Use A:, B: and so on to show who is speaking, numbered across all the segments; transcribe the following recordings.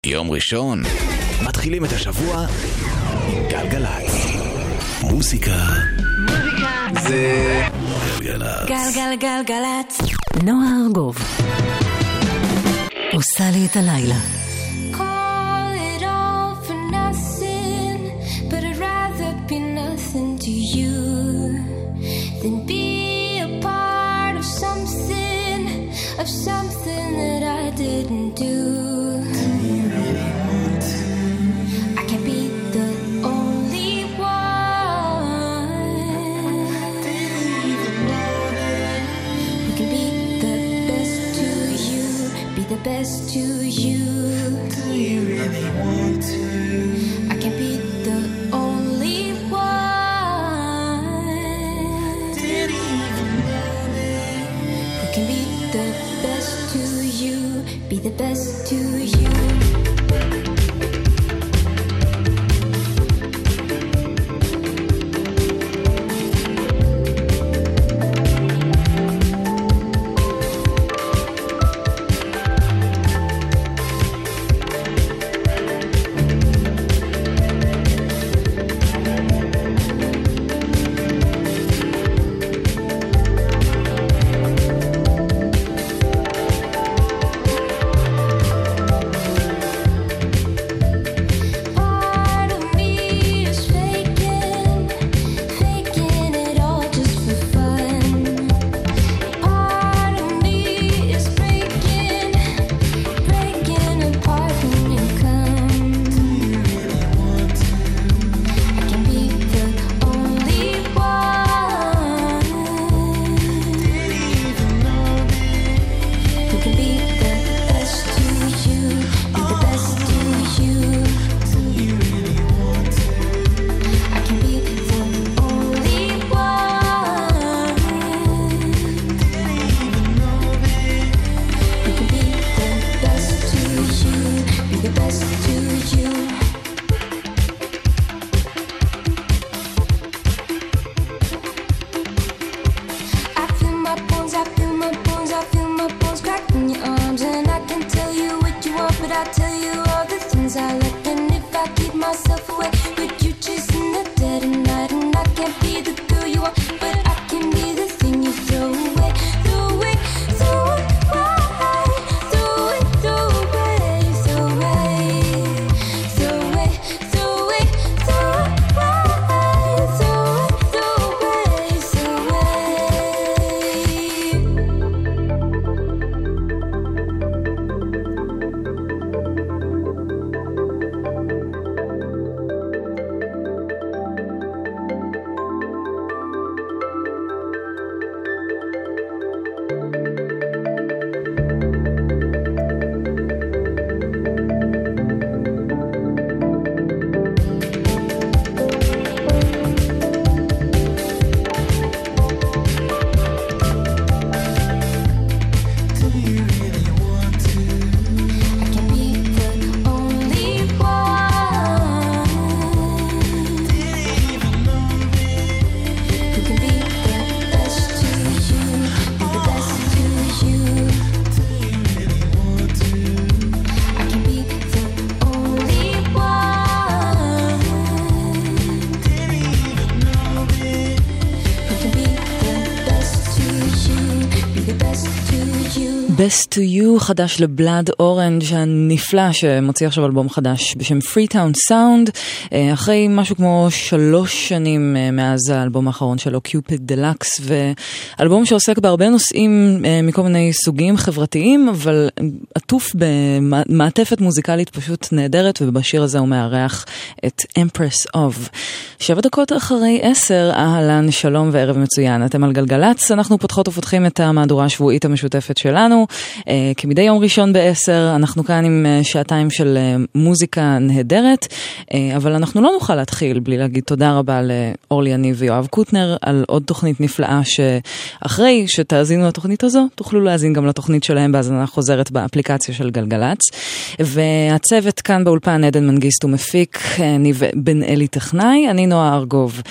A: יום ראשון, מתחילים את השבוע עם גלגלצ. מוזיקה זה גלגלצ.
B: גלגלגלגלצ. נועה ארגוב עושה לי את הלילה.
C: Call it all for nothing, but I'd rather be nothing to you than be a part of something that I didn't do. I can't be the only one who can be the best to you, be the best to you.
D: Do you really want to?
C: I can't be the only one who can be the best to you, be the best to you.
E: Best to You, חדש לבלאד אורנג' הנפלא, שמוציא עכשיו אלבום חדש בשם Freetown Sound, אחרי משהו כמו 3 שנים מאז האלבום האחרון שלו, Cupid Deluxe, ואלבום שעוסק בהרבה נושאים מכל מיני סוגים חברתיים, אבל עטוף במעטפת מוזיקלית פשוט נהדרת, ובשיר הזה הוא מארח את Empress of. 7 דקות אחרי 10, אהלן, שלום וערב מצוין. אתם על גלגלץ, אנחנו פותחות ופותחים את המהדורה השבועית המשותפת שלנו. כמדי יום ראשון ב-10, אנחנו כאן עם 2 שעתיים של מוזיקה נהדרת, אבל אנחנו לא נוכל להתחיל בלי להגיד תודה רבה לאורלי יניב ויואב קוטנר על עוד תוכנית נפלאה, שאחרי שתאזינו לתוכנית הזו, תוכלו להאזין גם לתוכנית שלהם בהאזנה חוזרת באפליקציה של גלגלץ. והצוות כאן באולפן, עדן מנגיסט ומפיק, ניב בן אלי טכנאי, אני נועה ארגוב.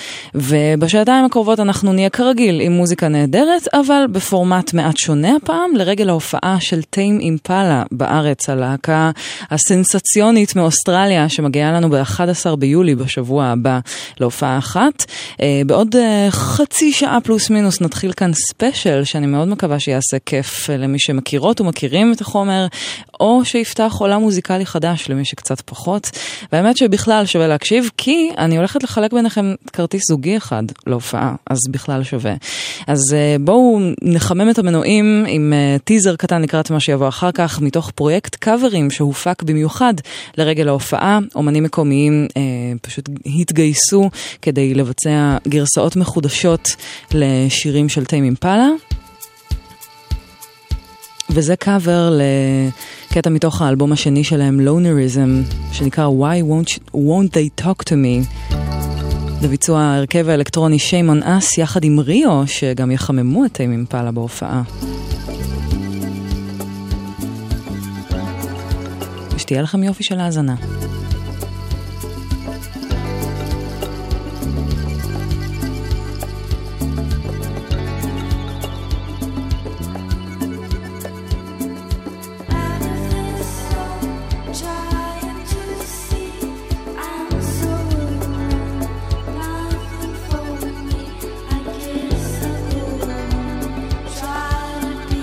E: ובשעתיים הקרובות אנחנו נהיה כרגיל עם מוזיקה נהדרת, אבל בפורמט מעט שונה הפעם, לרגל ההופעה הופעה של טיים אימפלה בארץ, הלהקה הסנסציונית מאוסטרליה שמגיעה לנו ב-11 ביולי בשבוע הבא להופעה אחת. בעוד חצי שעה פלוס מינוס נתחיל כאן ספיישל שאני מאוד מקווה שיעשה כיף למי שמכירות ומכירים את החומר, או שיפתח עולם מוזיקלי חדש למי שקצת פחות. והאמת שבכלל שווה להקשיב, כי אני הולכת לחלק ביניכם כרטיס זוגי אחד להופעה, אז בכלל שווה. אז בואו נחמם את המנועים עם טיזר קטן לקראת מה שיבוא אחר כך, מתוך פרויקט קאברים שהופק במיוחד לרגל ההופעה. אומנים מקומיים פשוט התגייסו כדי לבצע גרסאות מחודשות לשירים של טיים אימפלה. וזה קאבר לקטע מתוך האלבום השני שלהם, Lonerism, שנקרא Why Won't They Talk to Me. בביצוע הרכב האלקטרוני Shame on Us יחד עם ריו, שגם יחממו את טיים אימפלה בהופעה. ושתהיה לכם יופי של האזנה.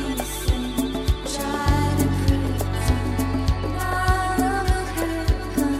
C: Try to pretend none of it happened.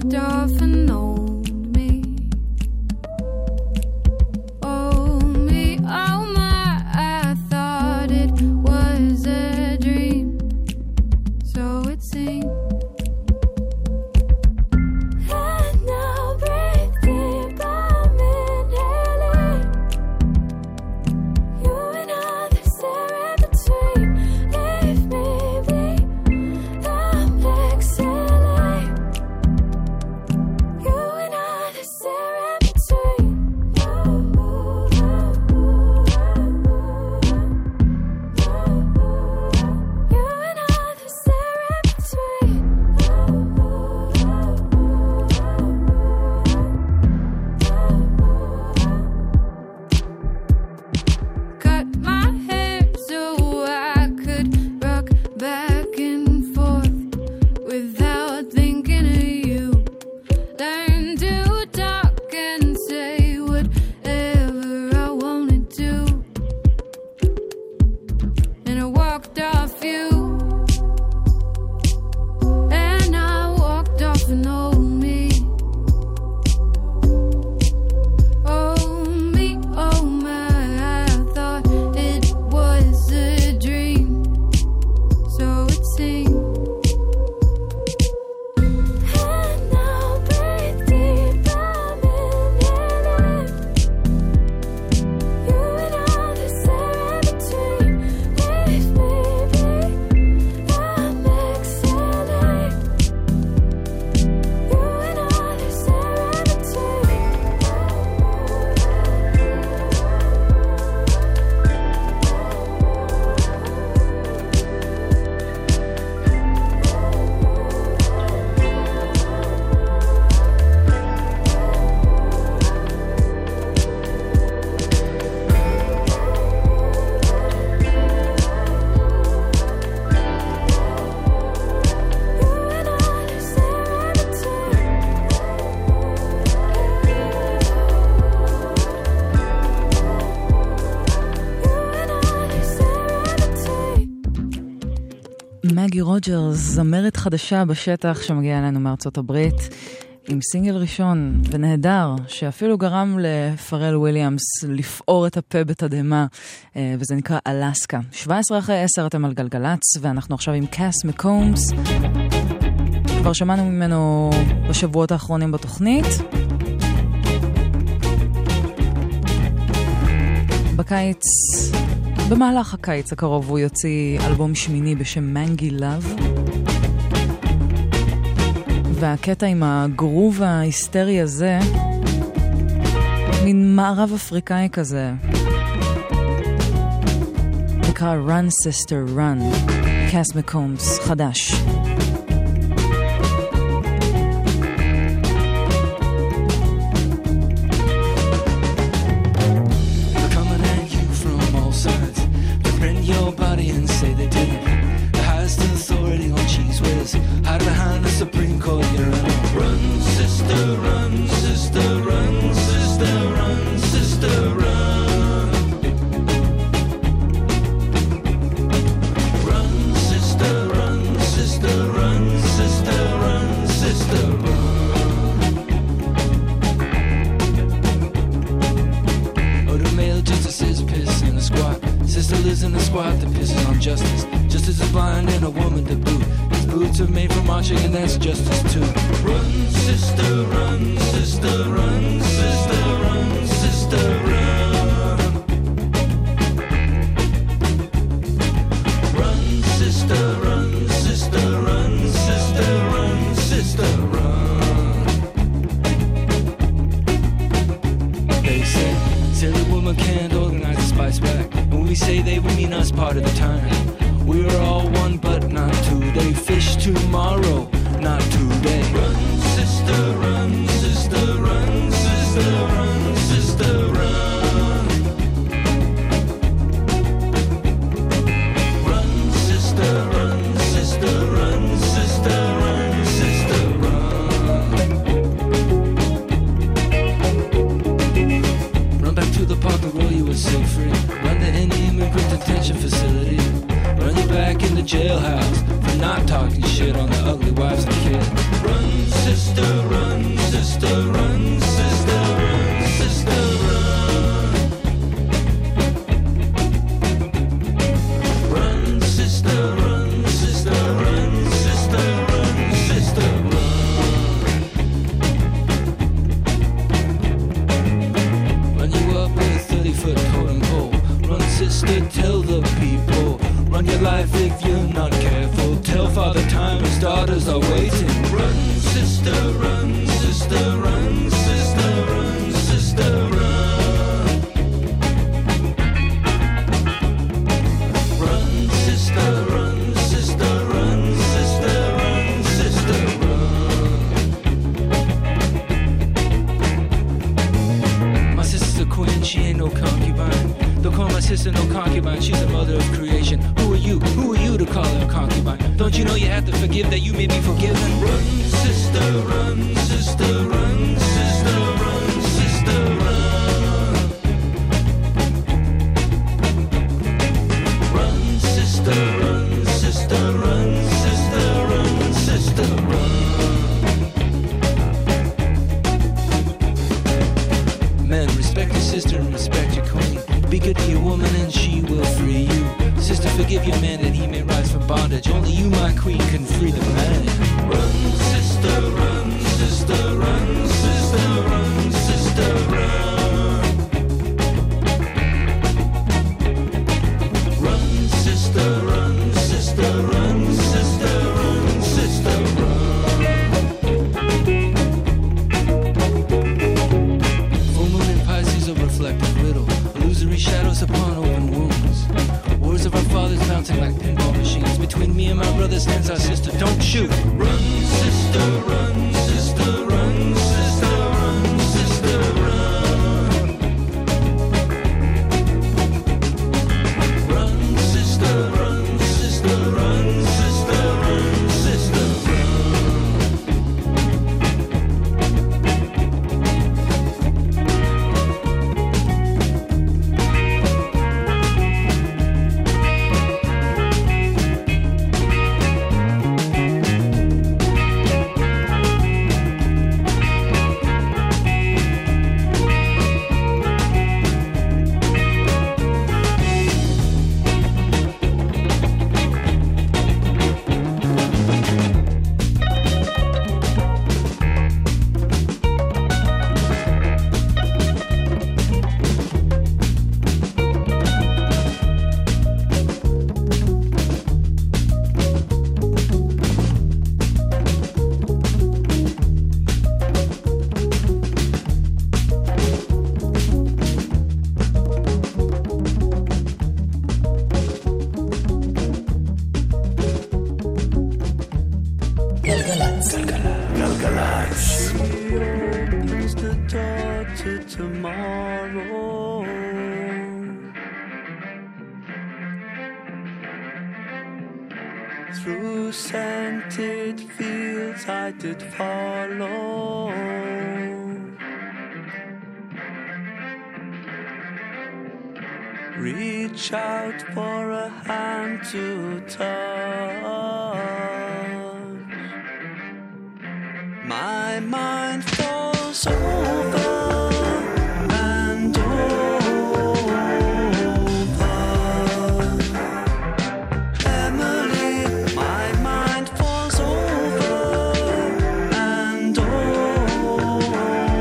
F: walked off and owned me. Oh me, oh my, I thought it was a dream. So it seemed. And now breathe deep, I'm inhaling. You and others there in between. Leave me be, I'm exhaling. You and others there in between. You and others there in between. Cut my hair so I could rock back and forth without thinking of you. Learn to talk and say whatever I wanted to. And I walked off you. And I walked off and owned me. Oh me, oh my, I thought it was a dream. So it seemed. And now breathe deep, I'm inhaling. You and others there in between. Leave me be, I'm exhaling. You and others there in between.
E: מגי רוג'רס, זמרת חדשה בשטח שמגיעה אלינו מארצות הברית, עם סינגל ראשון ונהדר, שאפילו גרם לפרל וויליאמס לפעור את הפה בתדהמה, וזה נקרא אלסקה. 17 אחרי 10 אתם על גלגלץ, ואנחנו עכשיו עם קאס מקומס. כבר שמענו ממנו בשבועות האחרונים בתוכנית. בקיץ, במהלך הקיץ הקרוב הוא יוציא אלבום שמיני בשם מנגי לב, והקטע עם הגרוב ההיסטרי הזה, מין מערב אפריקאי כזה, נקרא Run Sister Run, קאס מקומס חדש.
D: Hide behind the Supreme Court, you're in. Run, sister, run, sister, run, sister, run, sister, run. Run, sister, run, sister, run, sister, run, sister, run. Oh, the male justices piss in the squad. Sister lives in the squad that pisses on justice. Justice is blind and a woman to boot. Boots are made for marching and that's justice too. Run, sister, run, sister, run, sister, run, sister, run. Run, sister, run, sister, run, sister, run, sister, run. They say silly woman can't organize a spice rack. And when we say they, we mean us part of the time. We are all one but not two. They fish tomorrow, not today. Run, sister, run, sister, run, sister, run, sister, run. Run, sister, run, sister, run, sister, run, sister, run. Run back to the park and roll you were so free. Run to any immigrant detention facility. sister, run, sister, run, sister, run, sister, run. Run, sister, run, sister, run, sister, run, sister, run. Run you up with a 30-foot totem pole. Run, sister, tell the people. Run your life if you're not careful. Tell Father Time his daughters are waiting. Run, sister, run, sister, run, sister, run, sister, run. Run, sister, run, sister, run, sister, run, sister, run. My sister's a queen, she ain't no concubine. Don't call my sister no concubine, she's the mother of creation. Who are you? Who are you to call her a concubine? Don't you know you have to forgive that you may be forgiven? Run, sister, run, sister, run, sister, run, sister, run. Run, sister, run, sister, run, sister, run, sister, run. Men, respect your sister and respect your queen. Be good to your woman and she will free you. Sister, forgive your man that he may rise from bondage. Only you, my queen, can free the man. Run, sister, run, sister, run, sister, run, sister, run. Run, sister, run, sister, run, sister, run, sister, run. Full moon in Pisces, a reflective riddle. Illusory shadows upon open wounds. Words of our fathers bouncing like pinball machines. Between me and my brother stands our sister. Don't shoot. Run, sister, run, sister, run, sister, run, sister, run. Run, sister, run, sister, run, sister, run, sister,
G: Through scented fields I did follow. Reach out for a hand to touch. My mind falls over and over. Emily, my mind falls over and over.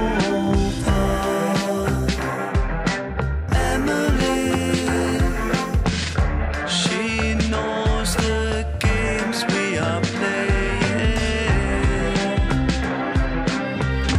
G: Emily, she knows the games we are playing.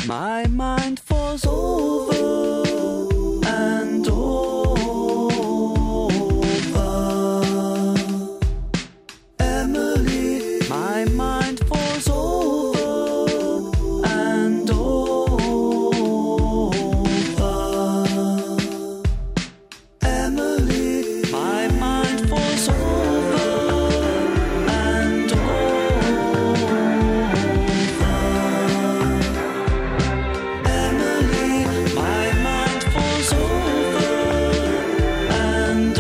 G: my mind falls over and over. Emily, my mind falls over and over. Emily, my mind falls over and over. Emily, my mind falls over and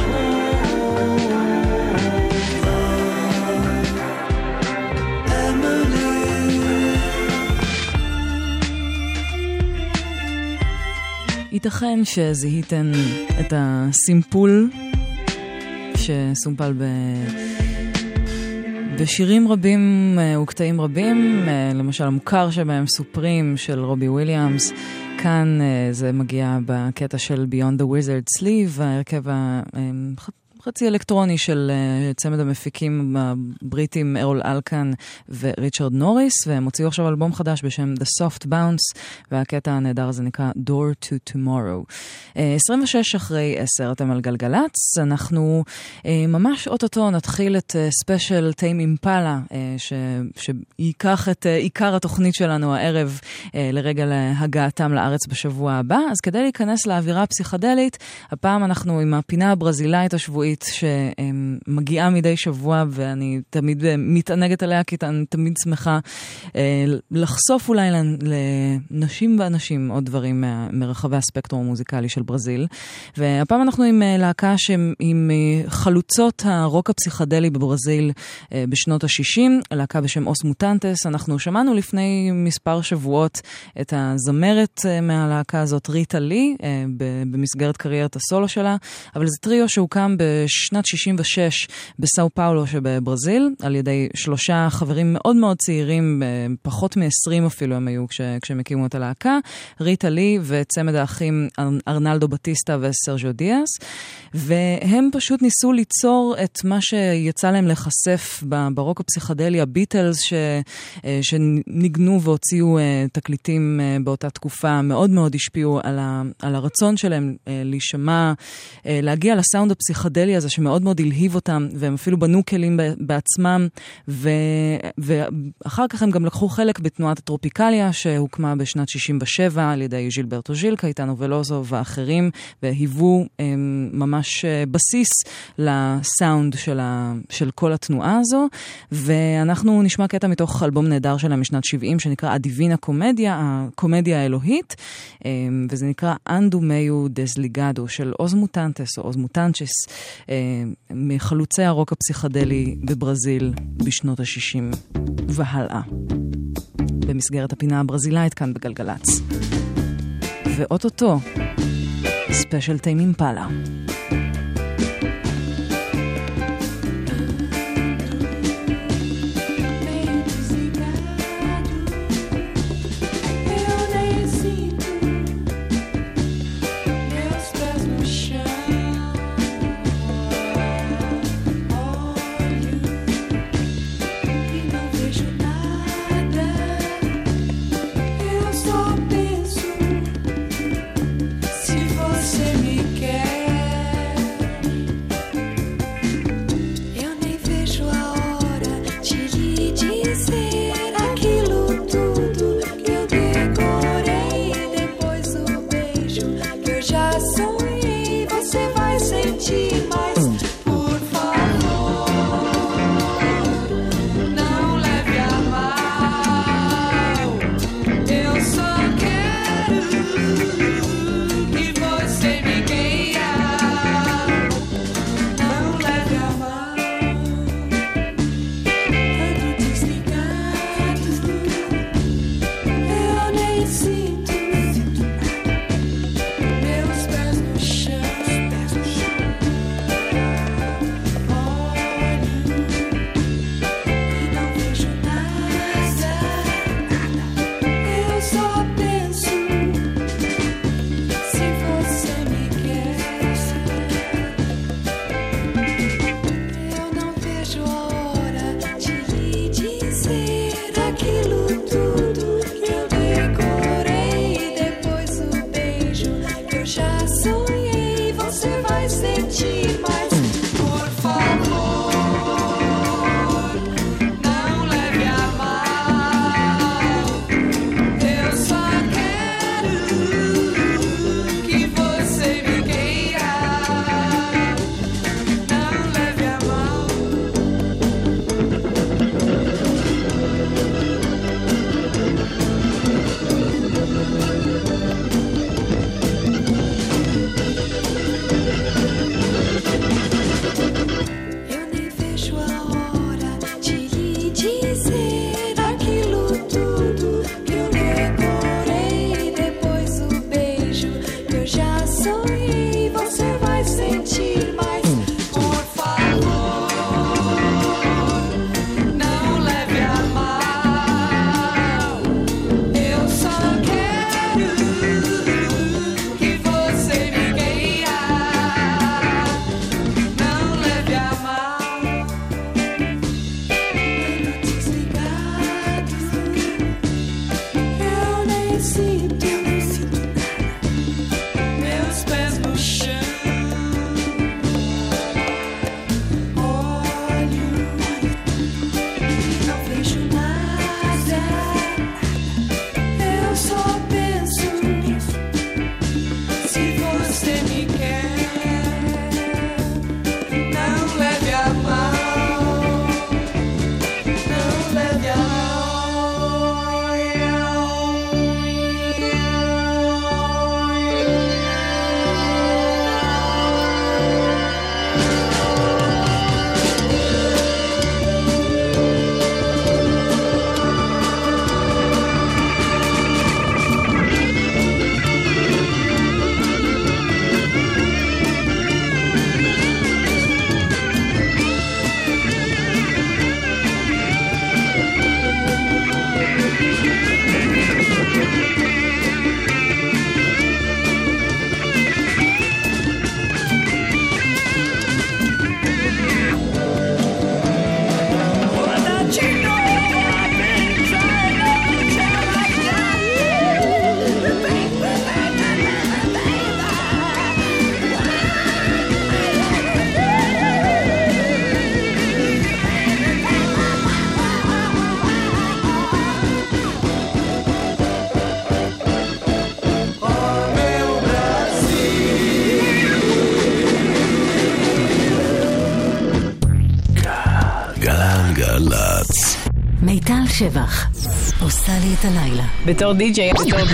E: ייתכן שזיהיתן את הסימפול שסומפל בשירים רבים וקטעים רבים, למשל המוכר שבהם סופרים של רובי וויליאמס. כאן זה מגיע בקטע של Beyond the Wizard's Sleeve, ההרכב חצי אלקטרוני של צמד המפיקים הבריטים ארול אלקן וריצ'רד נוריס, והם הוציאו עכשיו אלבום חדש בשם The Soft Bounce, והקטע הנהדר הזה נקרא Door to Tomorrow. 26 אחרי 10 אתם על גלגלץ, אנחנו ממש אוטוטו נתחיל את ספיישל טיים אימפלה, שיקח את עיקר התוכנית שלנו הערב לרגע להגעתם לארץ בשבוע הבא. אז כדי להיכנס לאווירה הפסיכדלית, הפעם אנחנו עם הפינה הברזילאית השבועית שמגיעה מדי שבוע, ואני תמיד מתענגת עליה, כי אני תמיד שמחה לחשוף אולי לנשים ואנשים עוד דברים מרחבי הספקטרום המוזיקלי של ברזיל. והפעם אנחנו עם להקה עם חלוצות הרוק הפסיכדלי בברזיל בשנות ה-60, להקה בשם אוס מוטנטס. אנחנו שמענו לפני מספר שבועות את הזמרת מהלהקה הזאת, ריטה לי, במסגרת קריירת הסולו שלה, אבל זה טריו שהוקם בשנת 66 בסאו פאולו שבברזיל, על ידי 3 חברים מאוד מאוד צעירים, פחות מ-20 אפילו הם היו כשהם הקימו את הלהקה, ריטה לי וצמד האחים ארנלדו בטיסטה וסרג'ו דיאס, והם פשוט ניסו ליצור את מה שיצא להם לחשף ברוק הפסיכדלי, הביטלס שניגנו והוציאו תקליטים באותה תקופה, מאוד מאוד השפיעו על הרצון שלהם להישמע, להגיע לסאונד הפסיכדלי הזה שמאוד מאוד הלהיב אותם, והם אפילו בנו כלים בעצמם, ואחר כך הם גם לקחו חלק בתנועת הטרופיקליה שהוקמה בשנת 67 על ידי ז'ילברטו ז'יל, קייטנו ולוזו ואחרים, והיוו ממש בסיס לסאונד של כל התנועה הזו. ואנחנו נשמע קטע מתוך אלבום נהדר שלהם משנת 70 שנקרא הדיבינה קומדיה, הקומדיה האלוהית, וזה נקרא אנדו מיו דזליגדו של אוז מוטנטס או אוז מוטנצ'ס, מחלוצי הרוק הפסיכדלי בברזיל בשנות ה-60 והלאה, במסגרת הפינה הברזילאית כאן בגלגלץ. ואוטוטו ספיישל טיים אימפלה.
F: Se você me quer
B: שבח עושה לי את הלילה.
H: בתור די-ג'יי,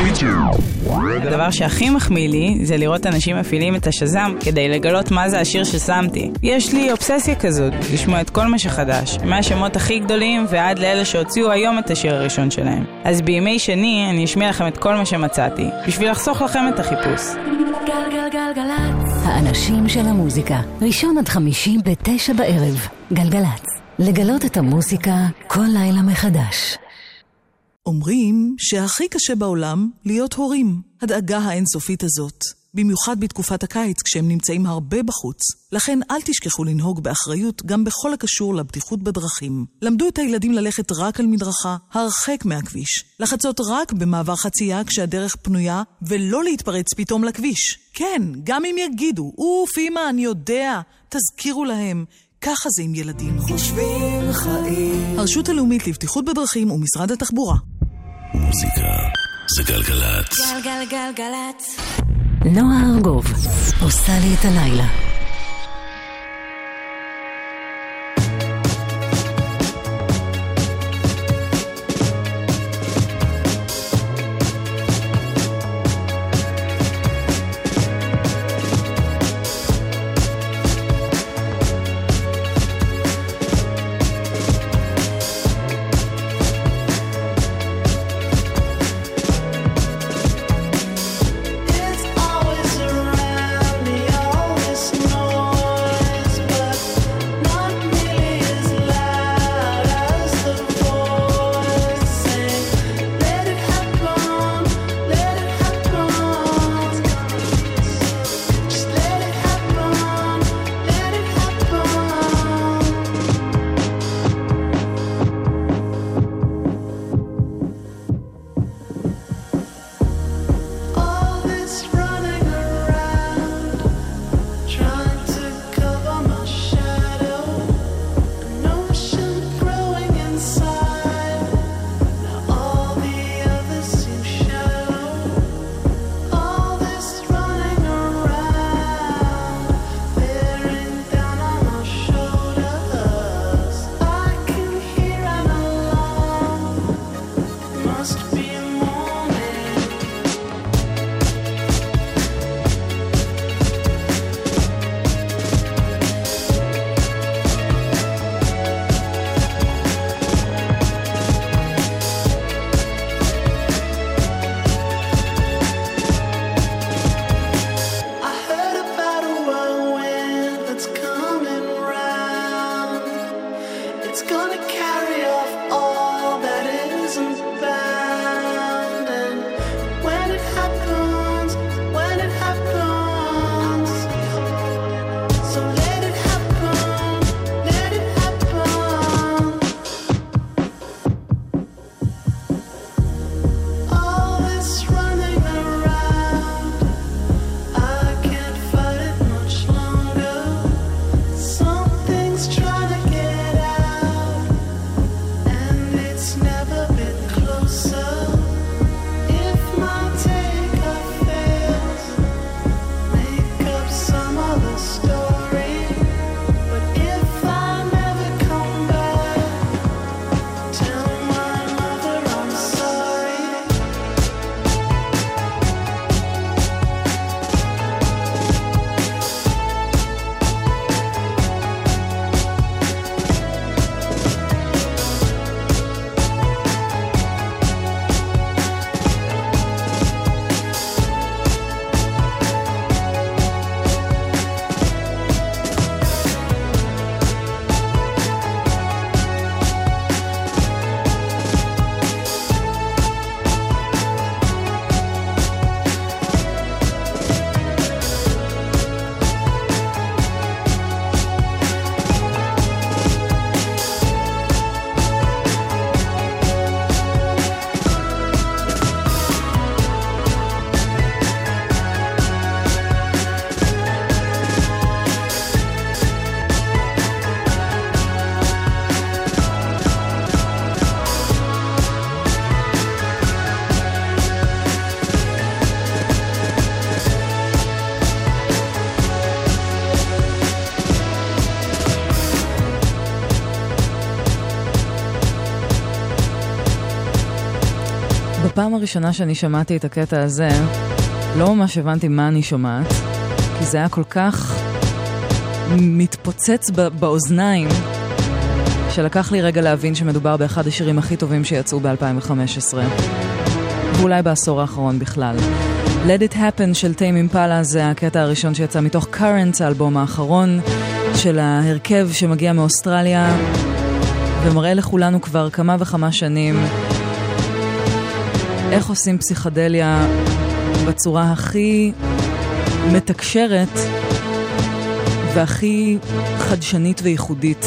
H: הדבר שהכי מחמיא לי זה לראות אנשים מפעילים את השזם כדי לגלות מה זה השיר ששמתי. יש לי אובססיה כזאת, לשמוע את כל מה שחדש, מהשמות הכי גדולים ועד לאלה שהוציאו היום את השיר הראשון שלהם. אז בימי שני אני אשמיע לכם את כל מה שמצאתי, בשביל לחסוך לכם את החיפוש.
B: גלגלגלגלצ, האנשים של המוזיקה, ראשון עד חמישי ב9 בערב. גלגלצ, לגלות את המוזיקה כל לילה מחדש.
I: אומרים שהכי קשה בעולם להיות הורים. הדאגה האינסופית הזאת, במיוחד בתקופת הקיץ כשהם נמצאים הרבה בחוץ. לכן אל תשכחו לנהוג באחריות גם בכל הקשור לבטיחות בדרכים. למדו את הילדים ללכת רק על מדרכה, הרחק מהכביש. לחצות רק במעבר חצייה כשהדרך פנויה, ולא להתפרץ פתאום לכביש. כן, גם אם יגידו, אמא, אני יודע, תזכירו להם. ככה זה עם ילדים. חושבים חיים. הרשות הלאומית לבטיחות בדרכים ומשרד התחבורה.
A: מוזיקה זה גלגלצ.
C: גלגלגלגלצ.
B: נועה ארגוב עושה לי את הלילה.
J: Never been closer. If my take
E: בפעם הראשונה שאני שמעתי את הקטע הזה, לא ממש הבנתי מה אני שומעת, כי זה היה כל כך מתפוצץ באוזניים, שלקח לי רגע להבין שמדובר באחד השירים הכי טובים שיצאו ב-2015, ואולי בעשור האחרון בכלל. Let It Happen של טיים אימפלה זה הקטע הראשון שיצא מתוך Currents, האלבום האחרון של ההרכב שמגיע מאוסטרליה, ומראה לכולנו כבר כמה וכמה שנים איך עושים פסיכדליה בצורה הכי מתקשרת והכי חדשנית וייחודית.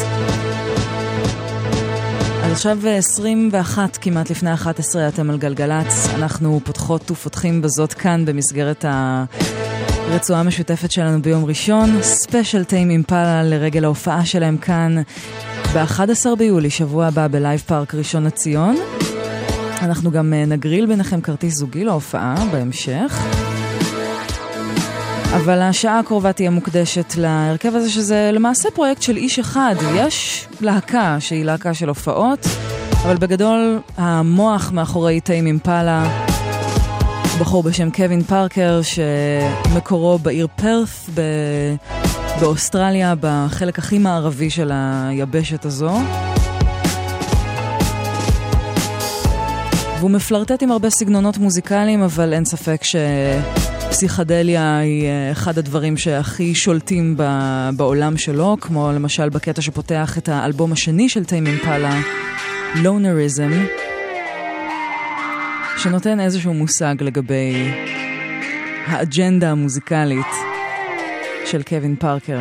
E: אז עכשיו 21 כמעט לפני 11 אתם על גלגלץ, אנחנו פותחות ופותחים בזאת כאן במסגרת הרצועה המשותפת שלנו ביום ראשון, ספיישל טיים אימפלה לרגל ההופעה שלהם כאן ב-11 ביולי, שבוע הבא בלייב פארק ראשון לציון. אנחנו גם נגריל ביניכם כרטיס זוגי להופעה בהמשך. אבל השעה הקרובה תהיה מוקדשת להרכב הזה, שזה למעשה פרויקט של איש אחד. יש להקה שהיא להקה של הופעות, אבל בגדול המוח מאחורי טיים אימפלה, בחור בשם קווין פארקר, שמקורו בעיר פרת באוסטרליה, בחלק הכי מערבי של היבשת הזו. והוא מפלרטט עם הרבה סגנונות מוזיקליים, אבל אין ספק שפסיכדליה היא אחד הדברים שהכי שולטים בעולם שלו, כמו למשל בקטע שפותח את האלבום השני של טיים אימפלה, Lonerism, שנותן איזשהו מושג לגבי האג'נדה המוזיקלית של קווין פארקר,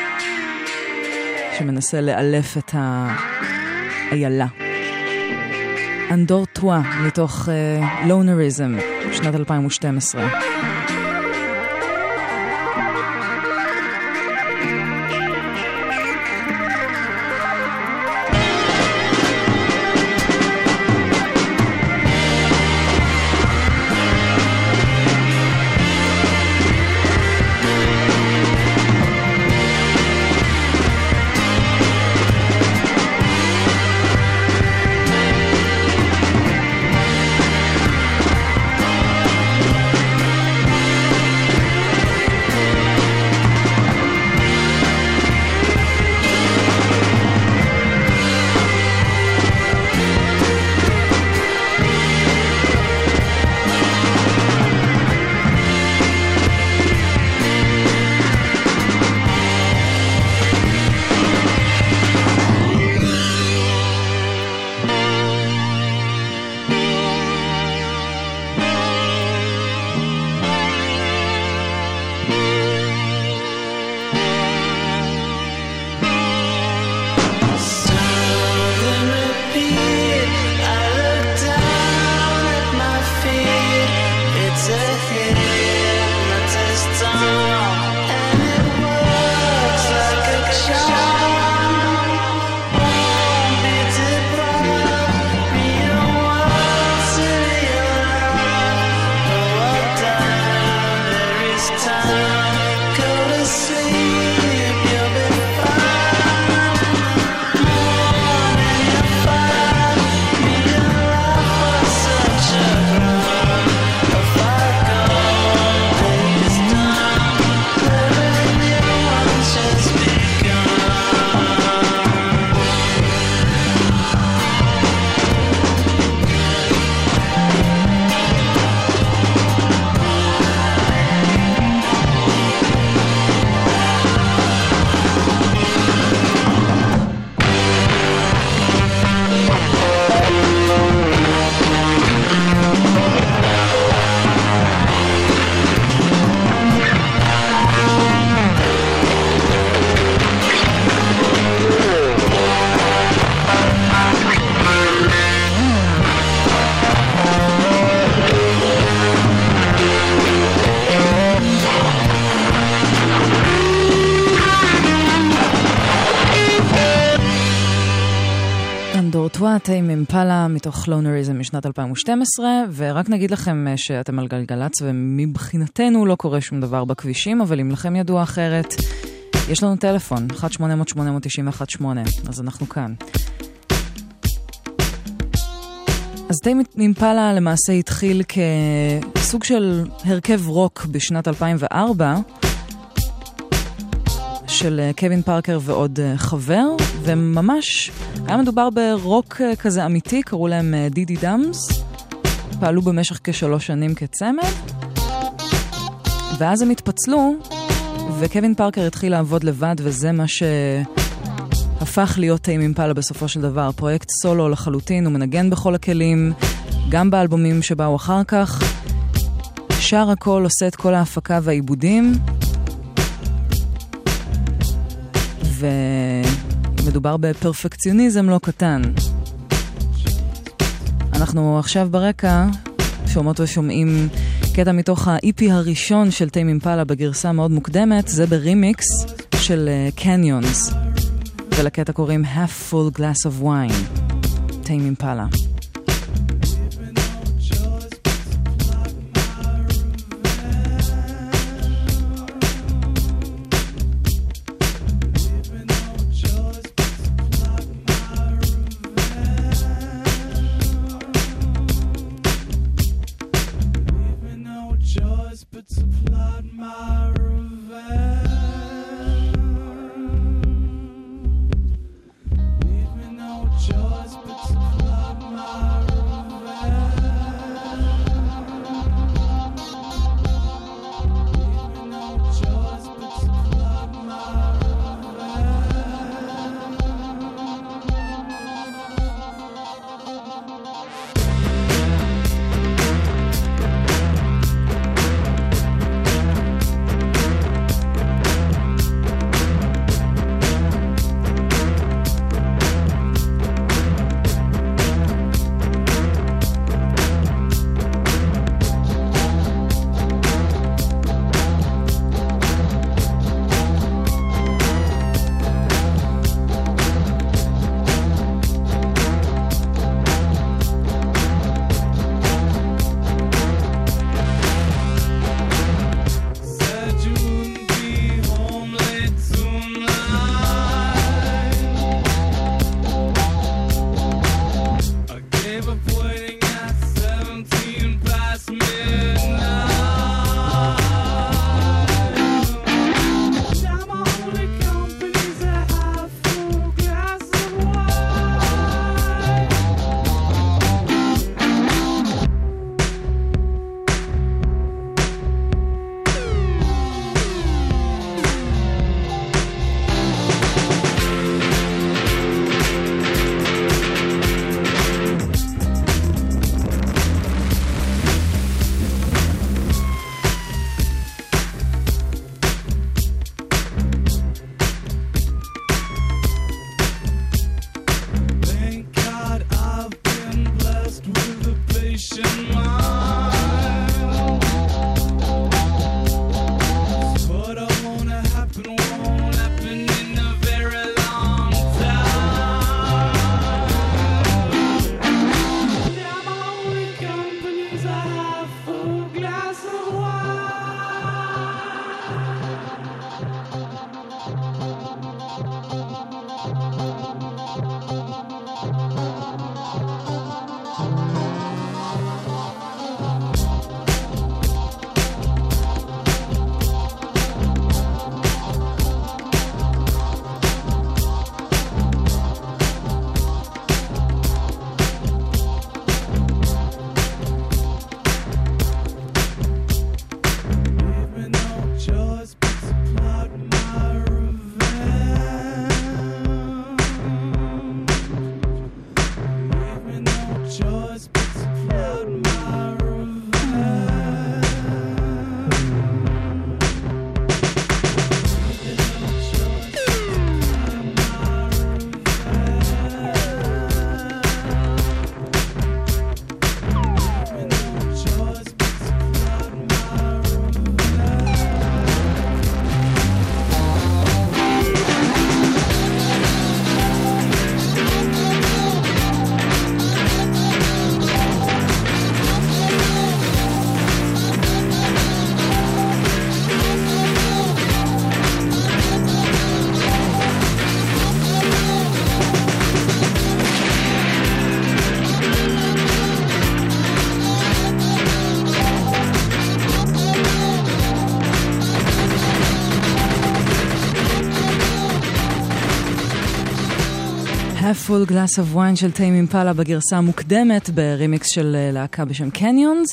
E: שמנסה לאלף את האיילה. אנדור טואה מתוך Lonerism, שנת 2012. טיים אימפלה מתוך Lonerism משנת 2012, ורק נגיד לכם שאתם על גלגלץ ומבחינתנו לא קורה שום דבר בכבישים, אבל אם לכם ידוע אחרת, יש לנו טלפון 1-800-891-8, אז אנחנו כאן. אז טיימ אימפלה למעשה התחיל כסוג של הרכב רוק בשנת 2004 של קווין פארקר ועוד חבר, וממש היה מדובר ברוק כזה אמיתי, קראו להם דידי דאמס, פעלו במשך כ3 שנים כצמד, ואז הם התפצלו, וקווין פארקר התחיל לעבוד לבד, וזה מה שהפך להיות טיימ אימפלה בסופו של דבר. פרויקט סולו לחלוטין, הוא מנגן בכל הכלים, גם באלבומים שבאו אחר כך, שר הכל, עושה את כל ההפקה והעיבודים, ומדובר בפרפקציוניזם לא קטן. אנחנו עכשיו ברקע שומעות ושומעים קטע מתוך ה-EP הראשון של טיימ אימפלה בגרסה מאוד מוקדמת, זה ברימיקס של קניונס, ולקטע קוראים Half Full Glass of Wine, טיימ אימפלה. Half Full Glass of Wine של טיים אימפלה בגרסה המוקדמת ברימיקס של להקה בשם קניונס,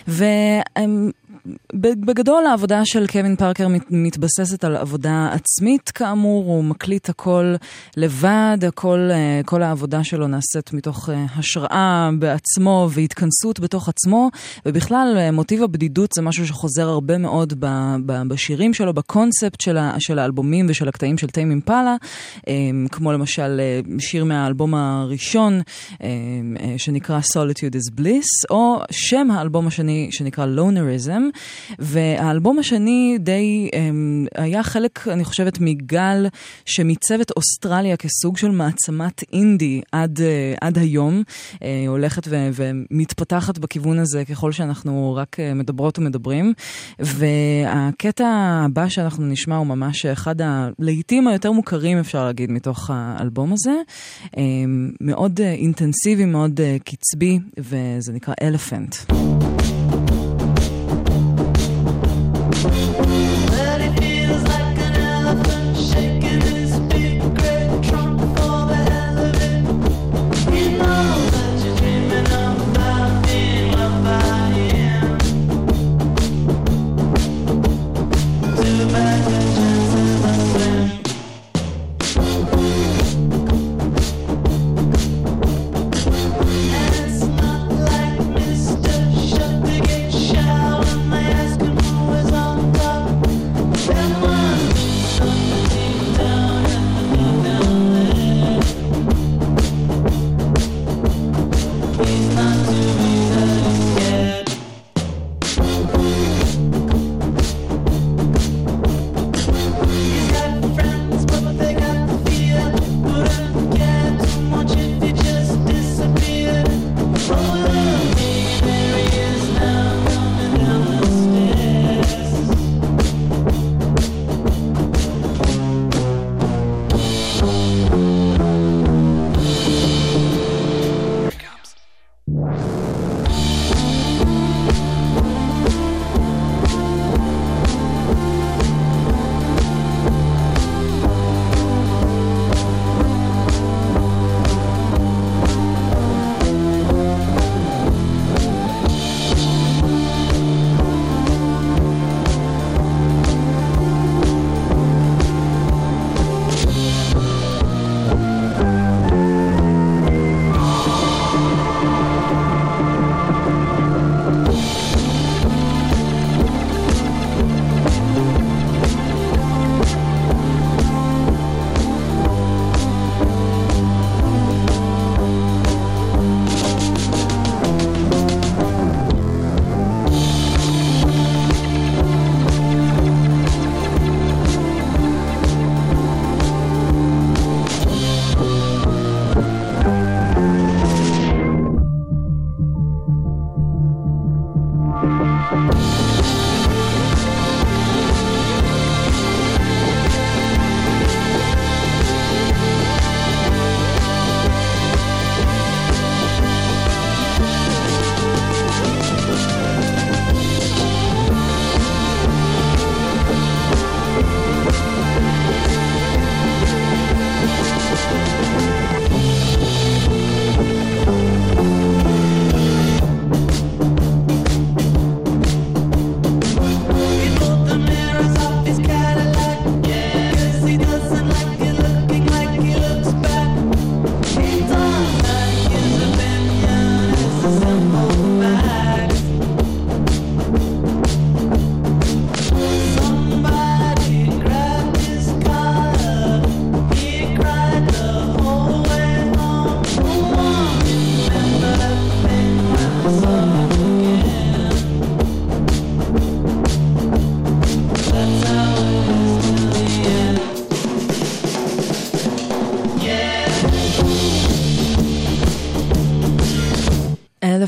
E: בגדול העבודה של קווין פארקר מתבססת על עבודה עצמית כאמור, הוא מקליט הכל לבד, כל העבודה שלו נעשית מתוך השראה בעצמו והתכנסות בתוך עצמו, ובכלל מוטיב הבדידות זה משהו שחוזר הרבה מאוד בשירים שלו, בקונספט של האלבומים ושל הקטעים של טיים אימפלה, כמו למשל שיר מהאלבום הראשון שנקרא Solitude is Bliss, או שם האלבום השני שנקרא Lonerism, והאלבום השני די היה חלק, אני חושבת, מגל שמיצב את אוסטרליה כסוג של מעצמת אינדי עד היום, הולכת ומתפתחת בכיוון הזה ככל שאנחנו רק מדברות ומדברים, והקטע הבא שאנחנו נשמע הוא ממש אחד הלהיטים היותר מוכרים אפשר להגיד מתוך האלבום הזה, מאוד אינטנסיבי, מאוד קצבי, וזה נקרא Elephant.
J: But it feels like an elephant shaking his big great trunk for the hell of it. You know that you're dreaming about being loved by him. Too bad the chances are slim. And it's not like Mr. Shut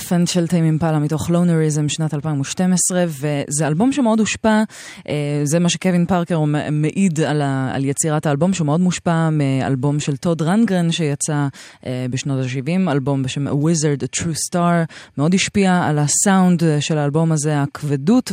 E: Elephant של טיים אימפלה מתוך לונריזם שנת 2012, וזה אלבום שמאוד הושפע, זה מה שקווין פארקר מעיד על יצירת האלבום, שהוא מאוד מושפע מאלבום של טוד רנגרן שיצא בשנות ה-70, אלבום בשם A Wizard, A True Star, מאוד השפיע על הסאונד של האלבום הזה, הכבדות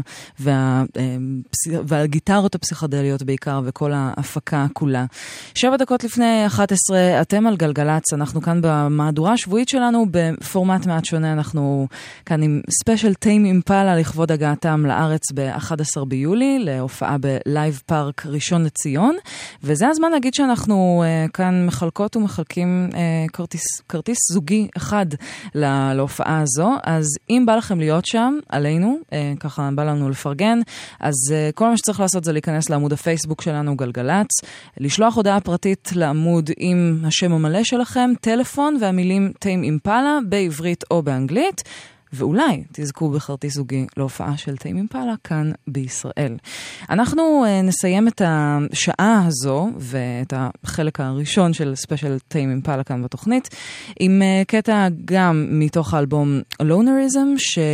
E: והגיטרות הפסיכדליות בעיקר, וכל ההפקה כולה. 7 דקות לפני 11, אתם על גלגלץ, אנחנו כאן במהדורה השבועית שלנו, בפורמט מעט שונה, אנחנו כאן עם ספיישל טיים אימפלה לכבוד הגעתם לארץ ב-11 ביולי, להופעה בלייב פארק ראשון לציון, וזה הזמן להגיד שאנחנו כאן מחלקות ומחלקים כרטיס זוגי אחד להופעה הזו, אז אם בא לכם להיות שם, עלינו, ככה בא לנו לפרגן, אז כל מה שצריך לעשות זה להיכנס לעמוד הפייסבוק שלנו גלגלץ, לשלוח הודעה פרטית לעמוד עם השם המלא שלכם, טלפון והמילים טיים אימפלה בעברית או באנגלית, ואולי תזכו בכרטיס זוגי להופעה של טיים אימפלה כאן בישראל. אנחנו נסיים את השעה הזו ואת החלק הראשון של ספיישל טיים אימפלה כאן בתוכנית עם קטע גם מתוך האלבום לונריזם,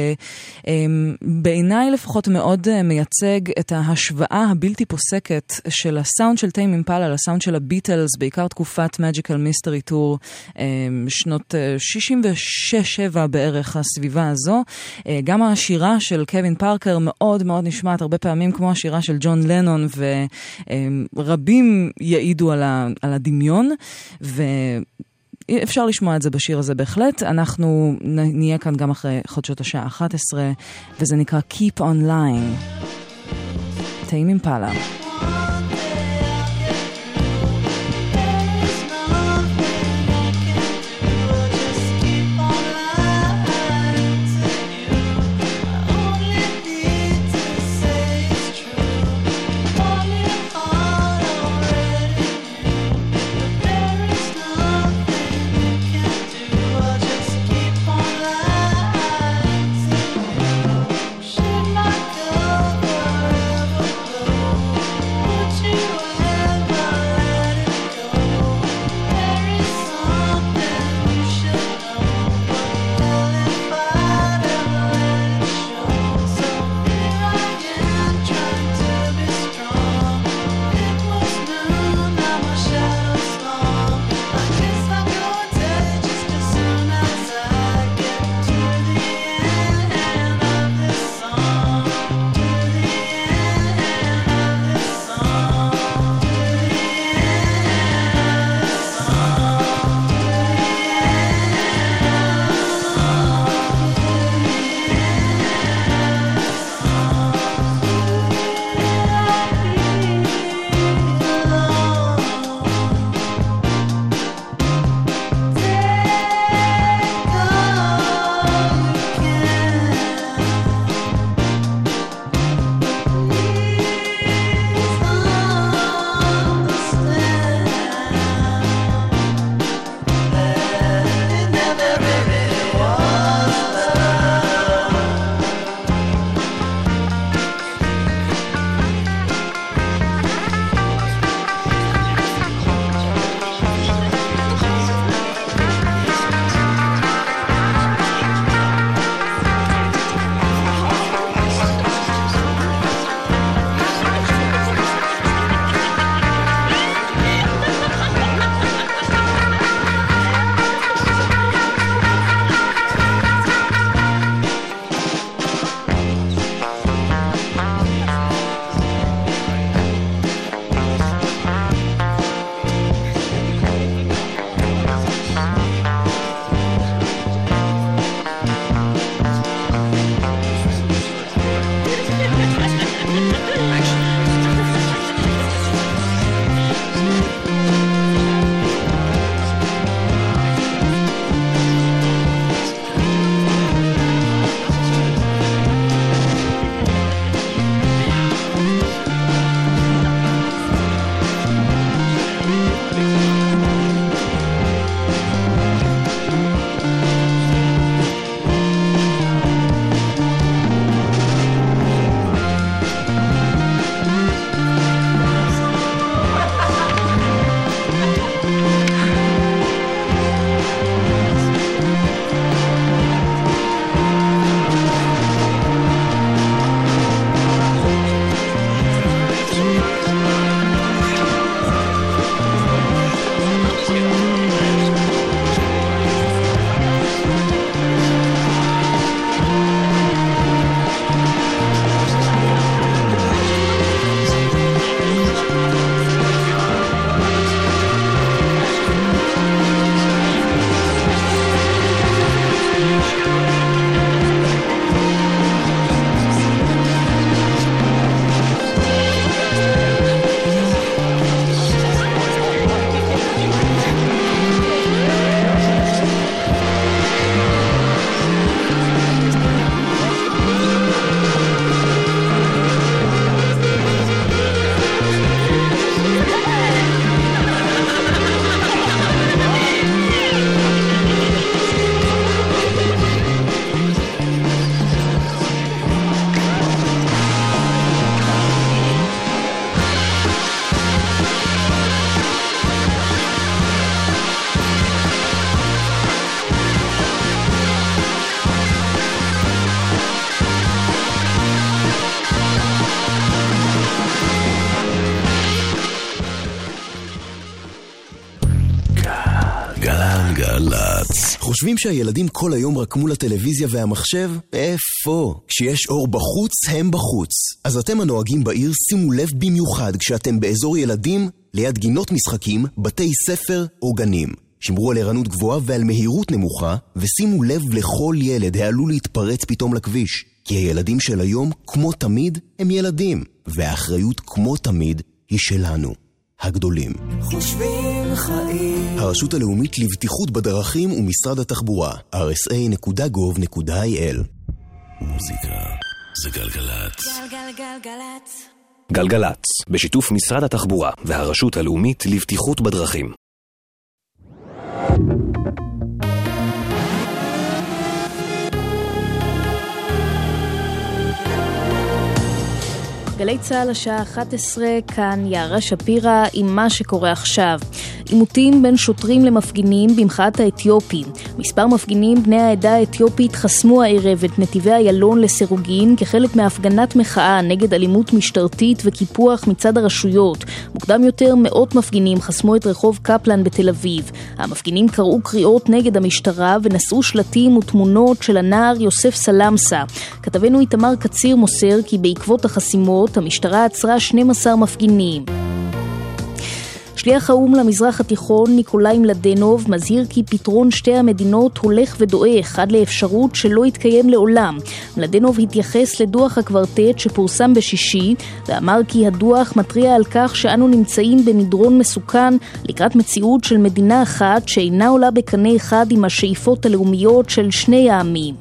E: שבעיניי לפחות מאוד מייצג את ההשוואה הבלתי פוסקת של הסאונד של טיים אימפלה לסאונד של הביטלס, בעיקר תקופת Magical Mystery Tour, שנות 66-7 בערך הסביבה הזו. גם השירה של קווין פארקר מאוד מאוד נשמעת הרבה פעמים כמו השירה של ג'ון לנון, ורבים יעידו על הדמיון, ואפשר לשמוע את זה בשיר הזה בהחלט. אנחנו נהיה כאן גם אחרי חודשות השעה 11, וזה נקרא Keep on Lying, טיים אימפלה.
J: Should not go forever, but you
K: חושבים שהילדים כל היום רק מול הטלוויזיה והמחשב? איפה? כשיש אור בחוץ, הם בחוץ. אז אתם הנוהגים בעיר, שימו לב במיוחד כשאתם באזור ילדים, ליד גינות משחקים, בתי ספר או גנים. שמרו על ערנות גבוהה ועל מהירות נמוכה, ושימו לב לכל ילד העלול להתפרץ פתאום לכביש. כי הילדים של היום, כמו תמיד, הם ילדים. והאחריות כמו תמיד היא שלנו, הגדולים.
J: חושבים חיים.
K: הרשות הלאומית לבטיחות בדרכים ומשרד התחבורה, rsa.gov.il.
A: מוזיקה זה גלגלצ.
C: גלגלגלגלצ.
L: גלגלצ, בשיתוף משרד התחבורה והרשות הלאומית לבטיחות בדרכים.
M: גלי צהל השעה 11, כאן יערה שפירא עם מה שקורה עכשיו. עימותים בין שוטרים למפגינים במחאת האתיופים. מספר מפגינים בני העדה האתיופית חסמו הערב את נתיבי איילון לסירוגין כחלק מהפגנת מחאה נגד אלימות משטרתית וקיפוח מצד הרשויות. מוקדם יותר מאות מפגינים חסמו את רחוב קפלן בתל אביב. המפגינים קראו קריאות נגד המשטרה ונשאו שלטים ותמונות של הנער יוסף סלמסה. כתבנו איתמר קציר מוסר כי בעקבות החסימות המשטרה עצרה 12 מפגינים. שליח האו"ם למזרח התיכון ניקולאי מלדנוב מזהיר כי פתרון שתי המדינות הולך ודועך עד לאפשרות שלא יתקיים לעולם. מלדנוב התייחס לדוח הקוורטט שפורסם בשישי ואמר כי הדוח מטריע על כך שאנו נמצאים במדרון מסוכן לקראת מציאות של מדינה אחת שאינה עולה בקנה אחד עם השאיפות הלאומיות של שני העמים.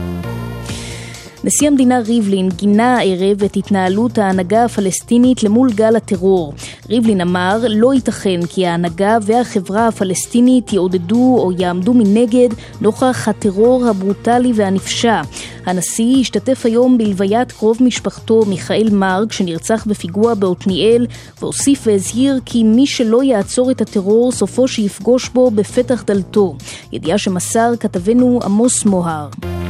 M: נשיא המדינה ריבלין גינה הערב את התנהלות ההנהגה הפלסטינית למול גל הטרור. ריבלין אמר, לא ייתכן כי ההנהגה והחברה הפלסטינית יעודדו או יעמדו מנגד נוכח הטרור הברוטלי והנפשע. הנשיא השתתף היום בלוויית קרוב משפחתו מיכאל מרק שנרצח בפיגוע בעתניאל, והוסיף והזהיר כי מי שלא יעצור את הטרור סופו שיפגוש בו בפתח דלתו. ידיעה שמסר כתבנו עמוס מוהר.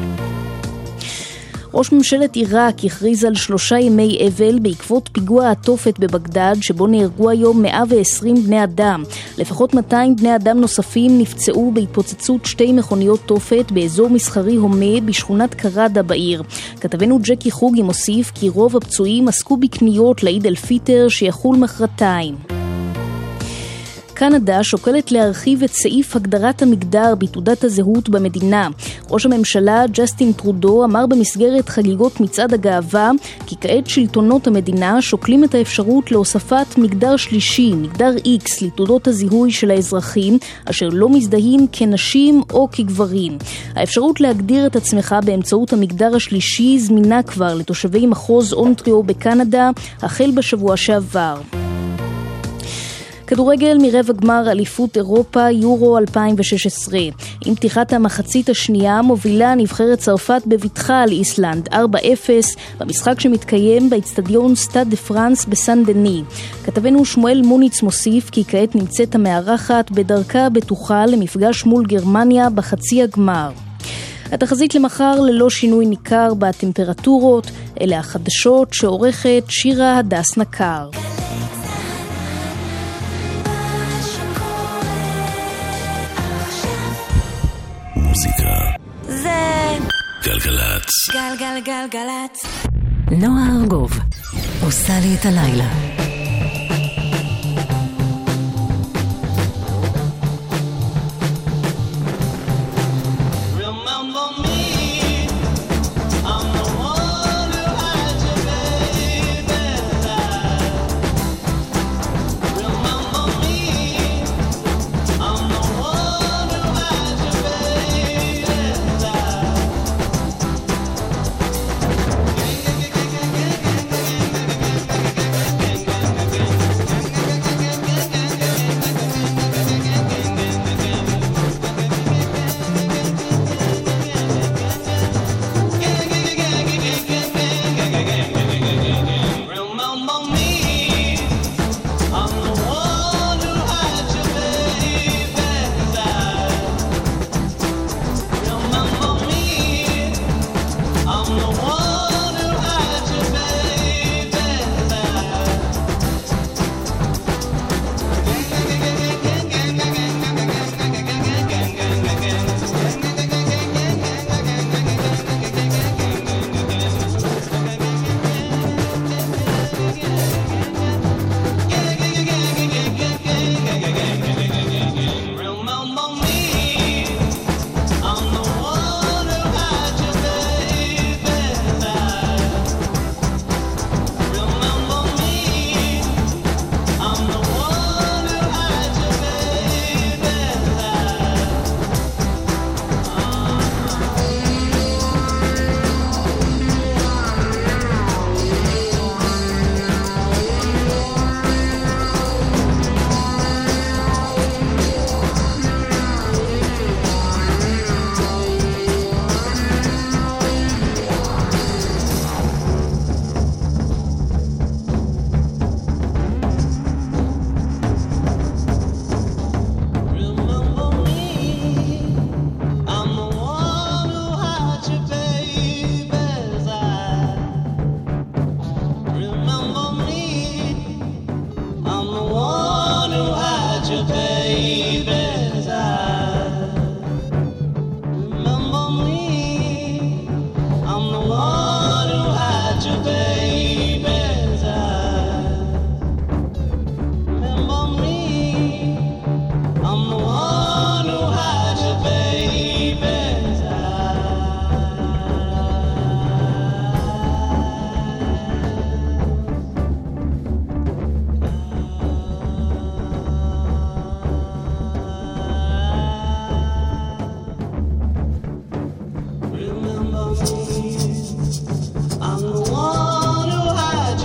M: ראש ממשלת עיראק הכריז על 3 ימי אבל בעקבות פיגוע התופת בבגדד שבו נהרגו היום 120 בני אדם. לפחות 200 בני אדם נוספים נפצעו בהתפוצצות 2 מכוניות תופת באזור מסחרי הומה בשכונת קרדה בעיר. כתבנו ג'קי חוגי מוסיף כי רוב הפצועים עסקו בקניות לעיד אל פיטר שיחול מחרתיים. קנדה שוקלת להרחיב את סעיף הגדרת המגדר בתעודת הזהות במדינה. ראש הממשלה ג'סטין טרודו אמר במסגרת חגיגות מצעד הגאווה כי כעת שלטונות המדינה שוקלים את האפשרות להוספת מגדר שלישי, מגדר X, לתעודות הזיהוי של האזרחים אשר לא מזדהים כנשים או כגברים. האפשרות להגדיר את עצמך באמצעות המגדר השלישי זמינה כבר לתושבי מחוז אונטריו בקנדה החל בשבוע שעבר. כדורגל מרבע גמר אליפות אירופה יורו 2016. עם פתיחת המחצית השנייה מובילה נבחרת צרפת בבטחה על איסלנד 4-0 במשחק שמתקיים באצטדיון סטאד דה פרנס בסן דני. כתבנו שמואל מוניץ מוסיף כי כעת נמצאת המארחת בדרכה הבטוחה למפגש מול גרמניה בחצי הגמר. התחזית למחר ללא שינוי ניכר בטמפרטורות, אלה החדשות שעורכת שירה הדס נקר.
A: מוזיקה
C: זה
A: גלגלצ.
C: גלגלגלגלצ.
B: נועה ארגוב עושה לי את הלילה.
J: Gang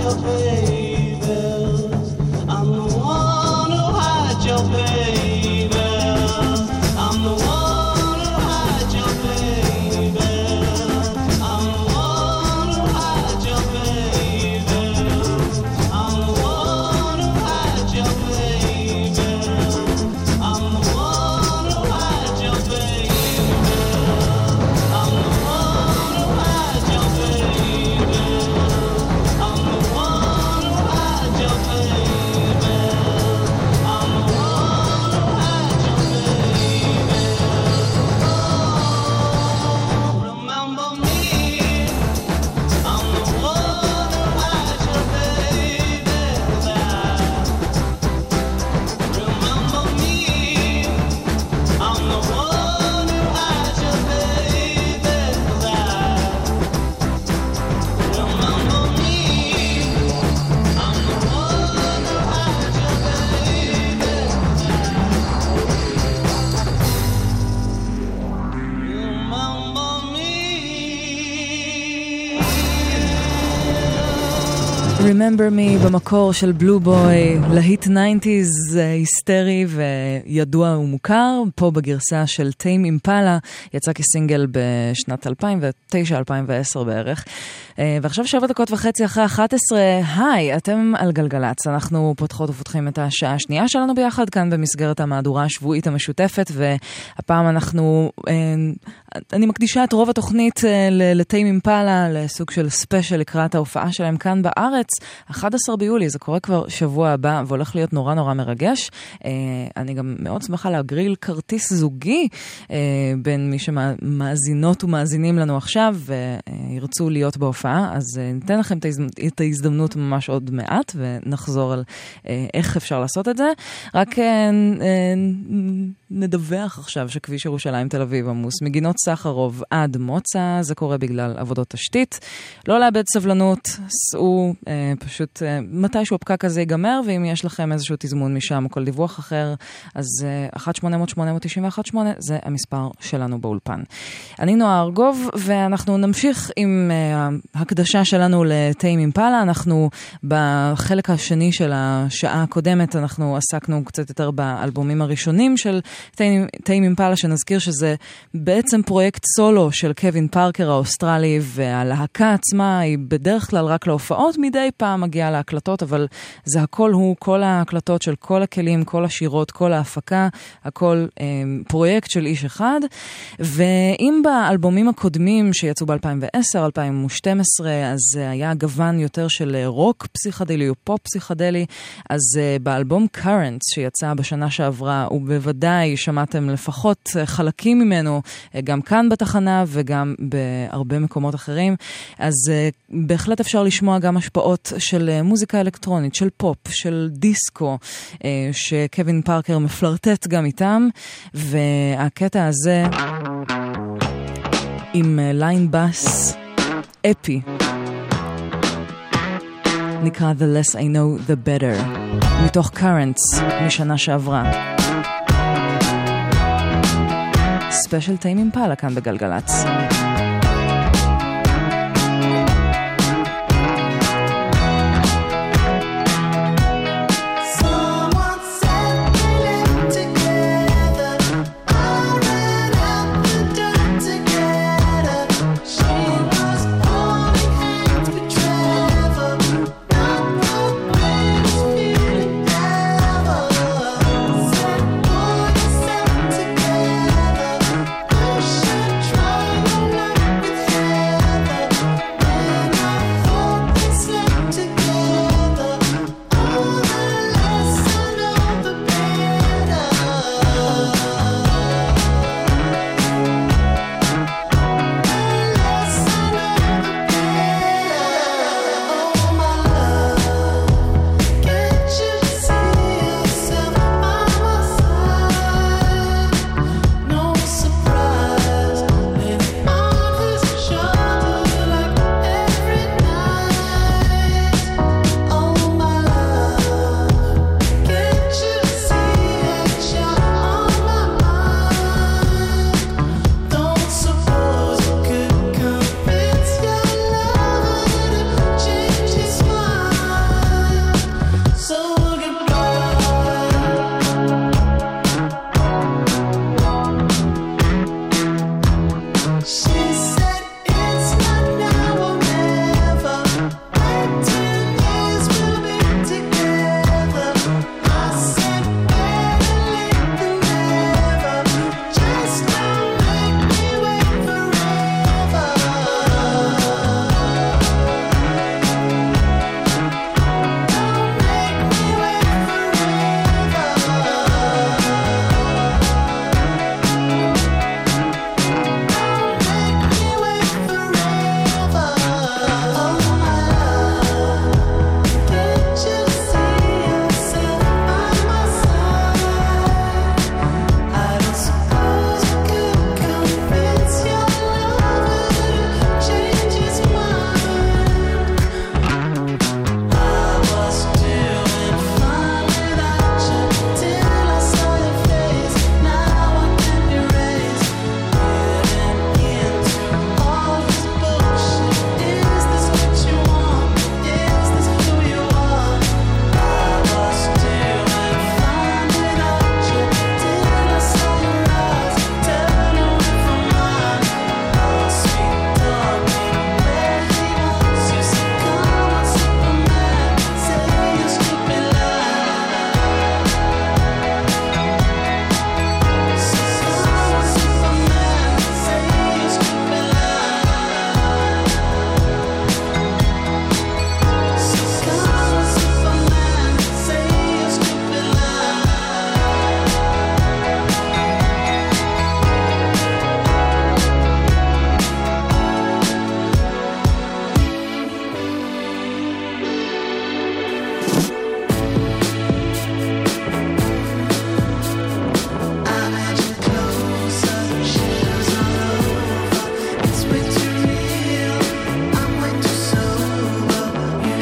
J: your favors. I'm the one who hides your favors. I'm the one who hides your favors. I'm the one who hides your favors. I'm the one who hides your favors. I'm the one who hides your favors. I'm the one who hides your favors. I'm the one who hides your favors. I'm the one who hides your favors. Oh, remember me. I'm the one who hides your favors. Remember me. I'm the one who hides your favors. Remember me. I'm the one who hides your
E: Remember Me במקור של בלו בוי, להיט 90s היסטרי וידוע ומוכר, פה בגרסה של טיים אימפלה, יצא כסינגל בשנת 2009-2010 בערך. ועכשיו 7 דקות וחצי אחרי 11, היי, אתם על גלגלץ, אנחנו פותחות ופותחים את השעה השנייה שלנו ביחד, כאן במסגרת המהדורה השבועית המשותפת, והפעם אני מקדישה את רוב התוכנית לטיים אימפלה, לסוג של ספיישל לקראת ההופעה שלהם כאן בארץ, 11 ביולי, זה קורה כבר שבוע הבא, והולך להיות נורא נורא מרגש. אני גם מאוד שמחה להגריל כרטיס זוגי בין מי שמאזינות ומאזינים לנו עכשיו, וירצו להיות בהופעה, אז ניתן לכם את ההזדמנות ממש עוד מעט, ונחזור על איך אפשר לעשות את זה. רק נדווח עכשיו שכביש ירושלים תל אביב עמוס, מגינות סחרוב עד מוצא, זה קורה בגלל עבודות תשתית. לא לאבד סבלנות, סעו פשוט מתישהו הפקק הזה ייגמר, ואם יש לכם איזשהו תזמון משם או כל דיווח אחר, אז 1-800-891-8 זה המספר שלנו באולפן. אני נועה ארגוב, ואנחנו נמשיך עם ההקדשה שלנו לטיים אימפלה. אנחנו בחלק השני של השעה הקודמת, אנחנו עסקנו קצת יותר באלבומים הראשונים של טיים אימפלה, שנזכיר שזה בעצם פרויקט סולו של קווין פארקר האוסטרלי, והלהקה עצמה היא בדרך כלל רק להופעות, מדי פעם מגיעה להקלטות, אבל זה הכל הוא, כל ההקלטות של כל הכלים, כל השירות, כל ההפקה, הכל פרויקט של איש אחד. ואם באלבומים הקודמים שיצאו ב-2010, 2012, אז היה גוון יותר של רוק פסיכדלי או פופ פסיכדלי, אז באלבום Currents שיצא בשנה שעברה, ובוודאי שמעתם לפחות חלקים ממנו, גם כאן בתחנה וגם בהרבה מקומות אחרים, אז בהחלט אפשר לשמוע גם השפעות של מוזיקה אלקטרונית, של פופ, של דיסקו, שקווין פארקר מפלרטט גם איתם, והקטע הזה עם ליין בס אפי נקרא The Less I Know The Better, מתוך Currents משנה שעברה. ספיישל טיים אימפלה כאן בגלגלץ.
J: Try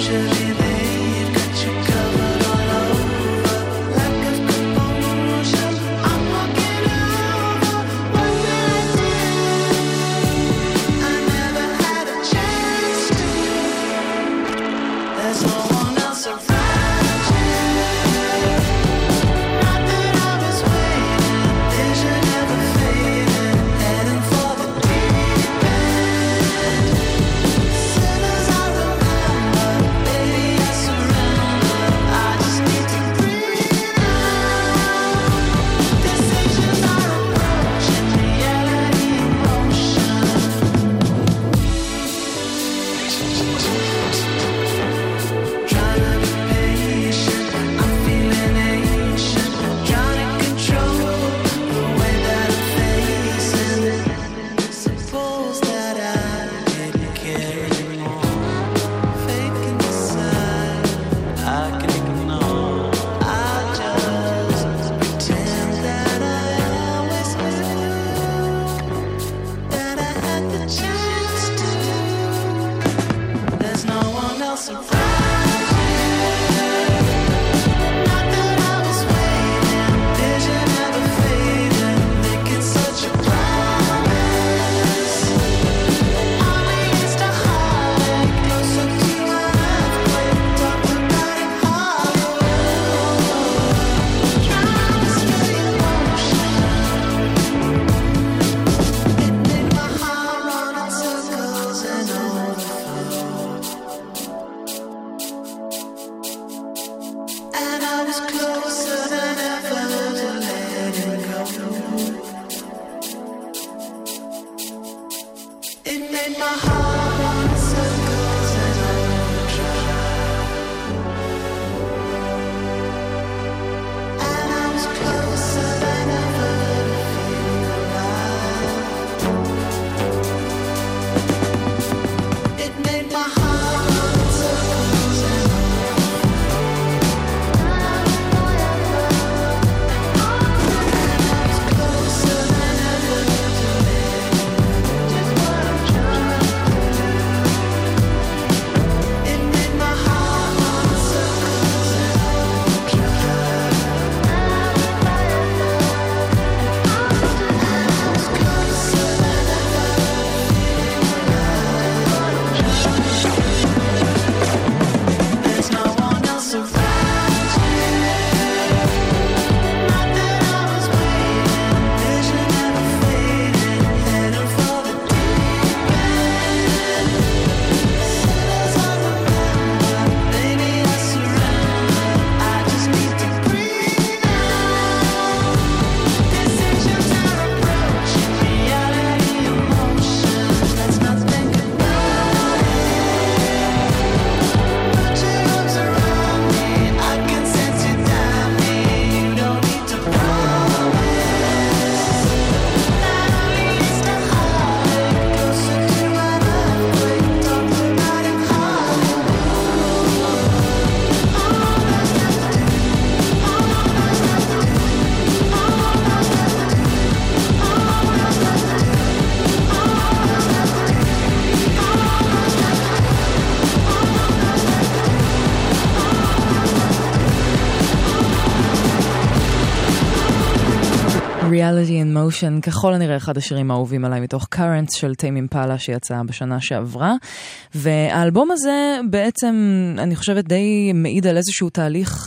E: Reality in Motion, ככל הנראה אחד השירים האהובים עליי מתוך Currents של טיימ אימפלה שיצא בשנה שעברה. והאלבום הזה בעצם, אני חושבת, די מעיד על איזשהו תהליך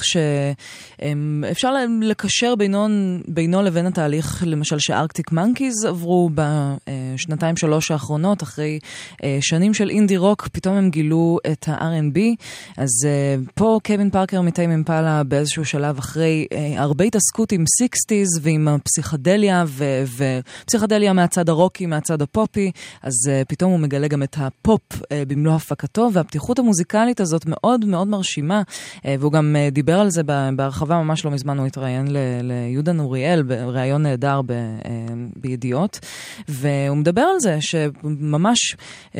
E: שאפשר לקשר בינו לבין התהליך, למשל שארקטיק מנקיז עברו בשנתיים שלוש האחרונות, אחרי שנים של אינדי רוק, פתאום הם גילו את ה-R&B. אז פה קווין פארקר מטיימ אימפלה באיזשהו שלב אחרי הרבה התעסקות עם 60s ועם הפסיכדליה ופסיכדליה מהצד הרוקי, מהצד הפופי, אז פתאום הוא מגלה גם את הפופ במלוא הפקתו, והפתיחות המוזיקלית הזאת מאוד מאוד מרשימה, והוא גם דיבר על זה בהרחבה ממש לא מזמן, הוא התראיין ליהודה נוריאל בראיון נהדר בידיעות, והוא מדבר על זה שממש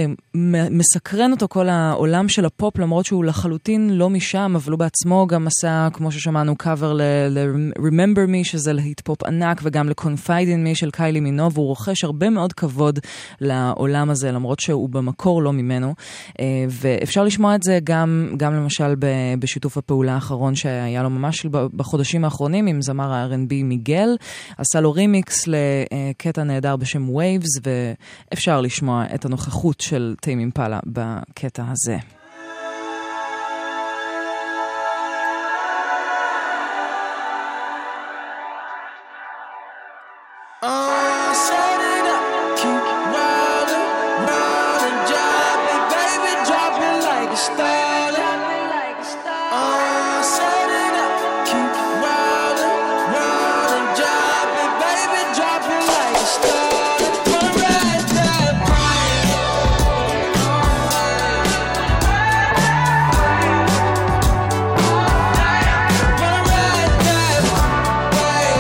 E: מסקרן אותו כל העולם של הפופ, למרות שהוא לחלוטין לא משם, אבל הוא בעצמו גם עשה, כמו ששמענו, קאבר ל-Remember Me, שזה להיט פופ ענק, וגם גם ל-Confide in Me של קיילי מינוב, הוא רוכש הרבה מאוד כבוד לעולם הזה, למרות שהוא במקור לא ממנו, ואפשר לשמוע את זה גם למשל בשיתוף הפעולה האחרון שהיה לו ממש בחודשים האחרונים עם זמר ה-R&B מיגל, עשה לו רימיקס לקטע נהדר בשם Waves, ואפשר לשמוע את הנוכחות של טיים אימפלה בקטע הזה.
J: Set it up, keep rolling, rolling, drop it, baby, drop it like a starter. Set it up, keep rolling, rolling, drop it, baby, drop it like a starter. Wanna ride that bike? Wanna ride that bike?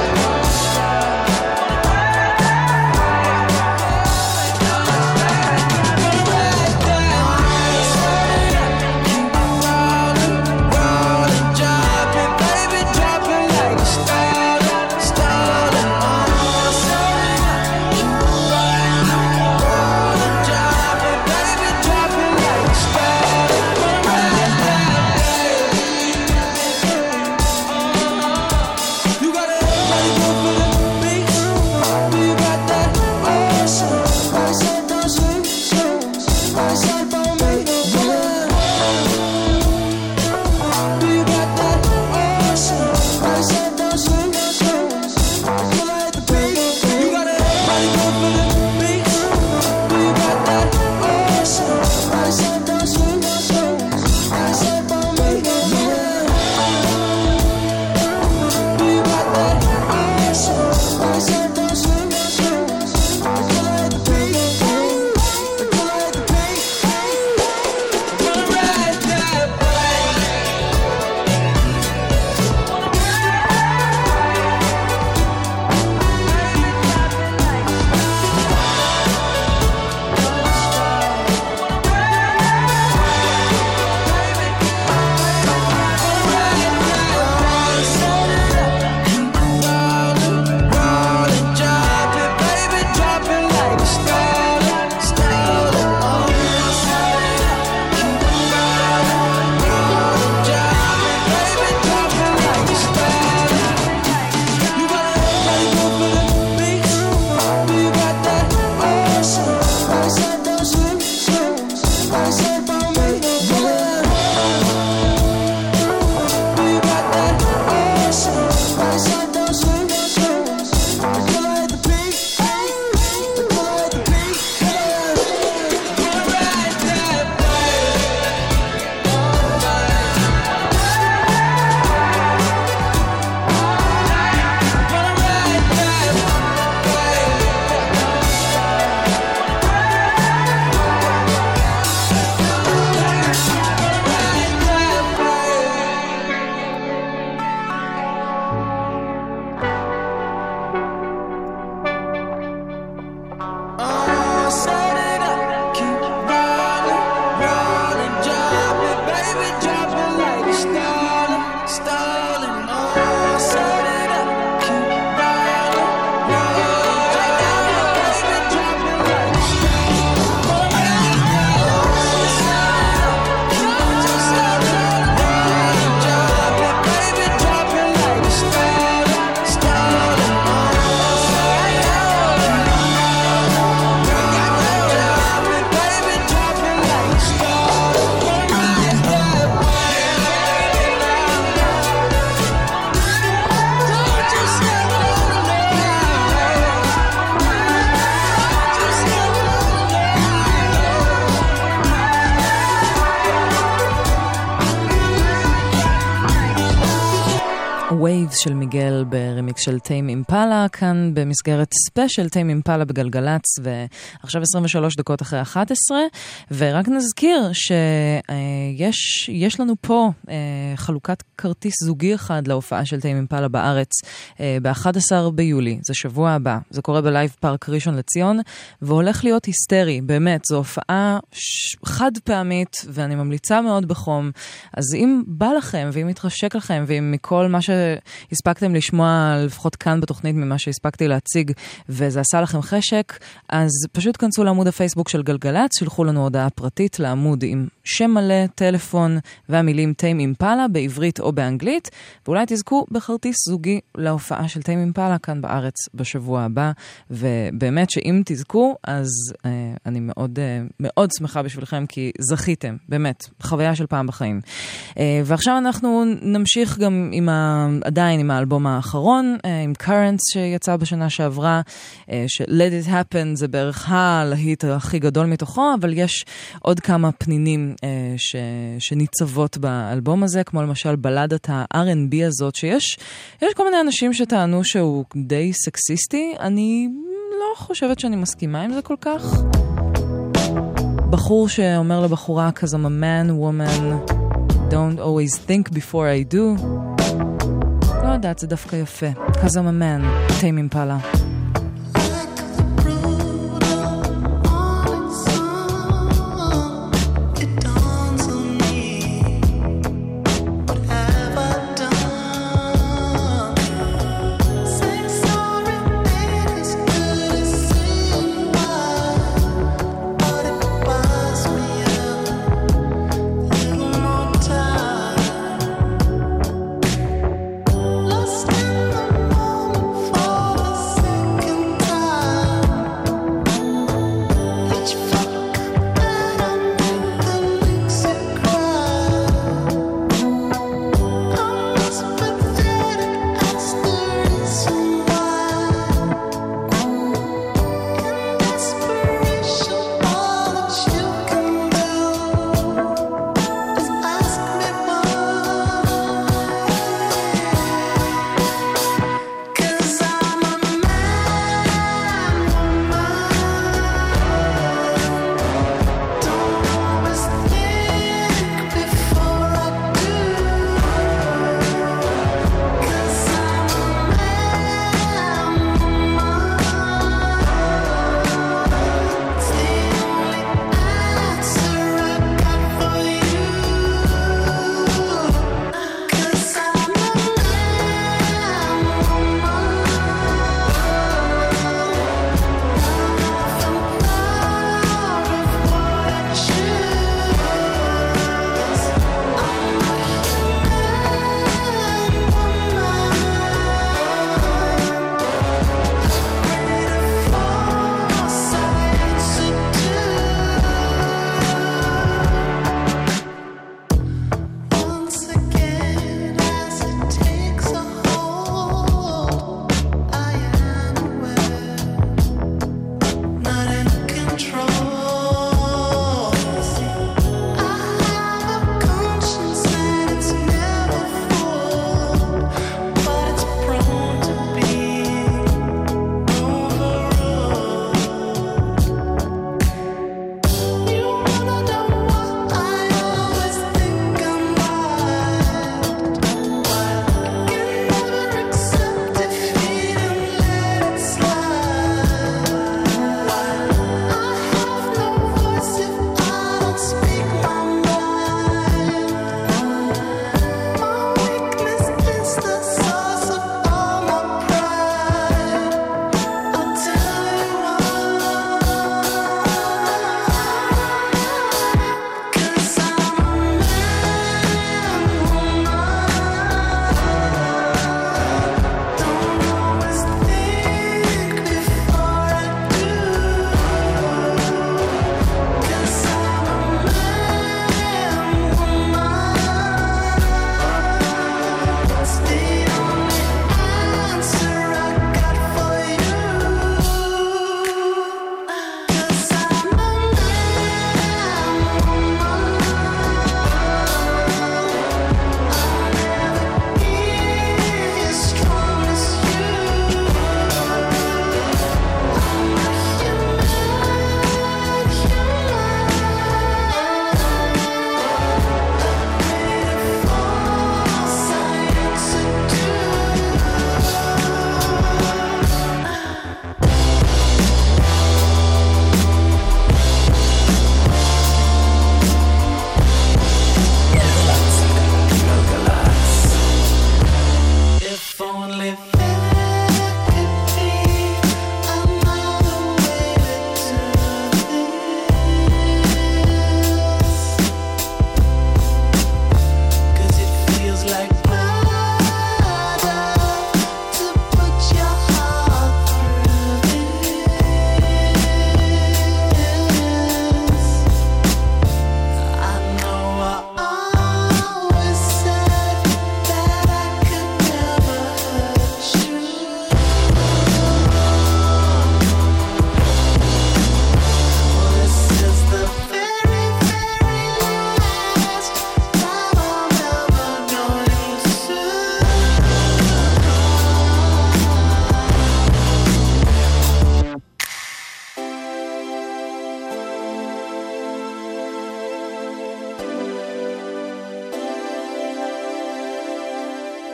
E: Waves של מיגל ברמיקס של טיים אימפלה, כאן במסגרת ספיישל טיים אימפלה בגלגלץ, ועכשיו 23 דקות אחרי 11, ורק נזכיר שיש לנו פה חלוקת כרטיס זוגי אחד להופעה של טיים אימפלה בארץ ב-11 ביולי, זה שבוע הבא, זה קורה בלייב פארק ראשון לציון, והולך להיות היסטרי, באמת, זו הופעה חד פעמית, ואני ממליצה מאוד בחום, אז אם בא לכם, ואם מתחשק לכם, ואם מכל מה שהספקתם לשמוע לפחות כאן בתוכנית ממה שהספקתי להציג, וזה עשה לכם חשק, אז פשוט כנסו לעמוד הפייסבוק של גלגלץ, שלחו לנו הודעה פרטית לעמוד עם שם מלא, טלפון והמילים טיים אימפלה בעברית או באנגלית, ואולי תזכו בכרטיס זוגי להופעה של טיים אימפלה כאן בארץ בשבוע הבא, ובאמת שאם תזכו, אז אני מאוד מאוד שמחה בשבילכם, כי זכיתם, באמת, חוויה של פעם בחיים. ועכשיו אנחנו נמשיך גם עדיין עם האלבום האחרון, עם Currents שיצא בשנה שעברה, ש-Let It Happen זה בערך הלהיט הכי גדול מתוכו, אבל יש עוד כמה פנינים שניצבות באלבום הזה, כמו למשל בלדת ה-R&B הזאת, שיש כל מיני אנשים שטענו שהוא די סקסיסטי, אני לא חושבת שאני מסכימה עם זה כל כך. בחור שאומר לבחורה, cause I'm a man, woman, don't always think before I do. לא יודעת, זה דווקא יפה. cause I'm a man, טיים אימפלה.
J: Lost in the moment for a second.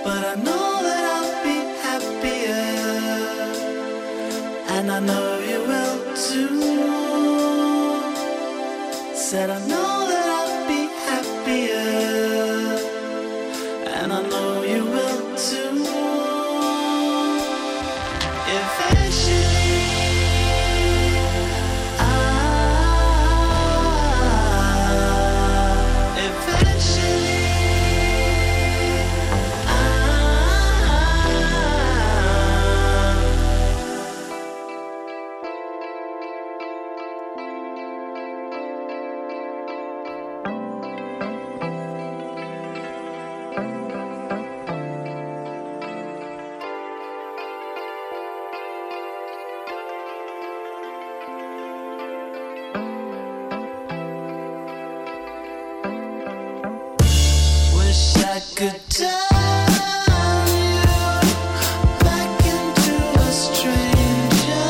J: but I know that I'll be happier, and I know you will too. Said I know that I'll be happier, and I know you will too. Eventually, I could turn you back into a stranger,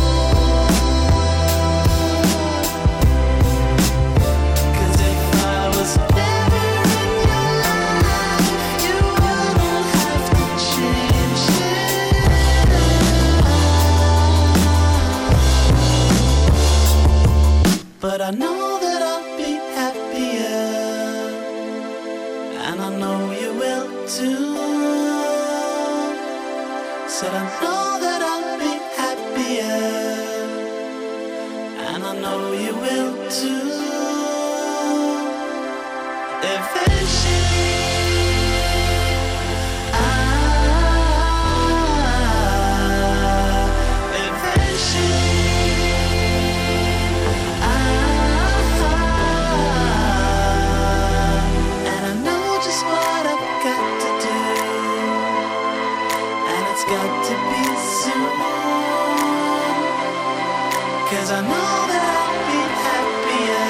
J: 'cause if I was never in your life, you wouldn't have to change it. But I know that I'll be happier, and I know you will too. Said I know that I'll be happier, and I know you will too. Eventually, got to be soon, 'cause I know that I'll be happier,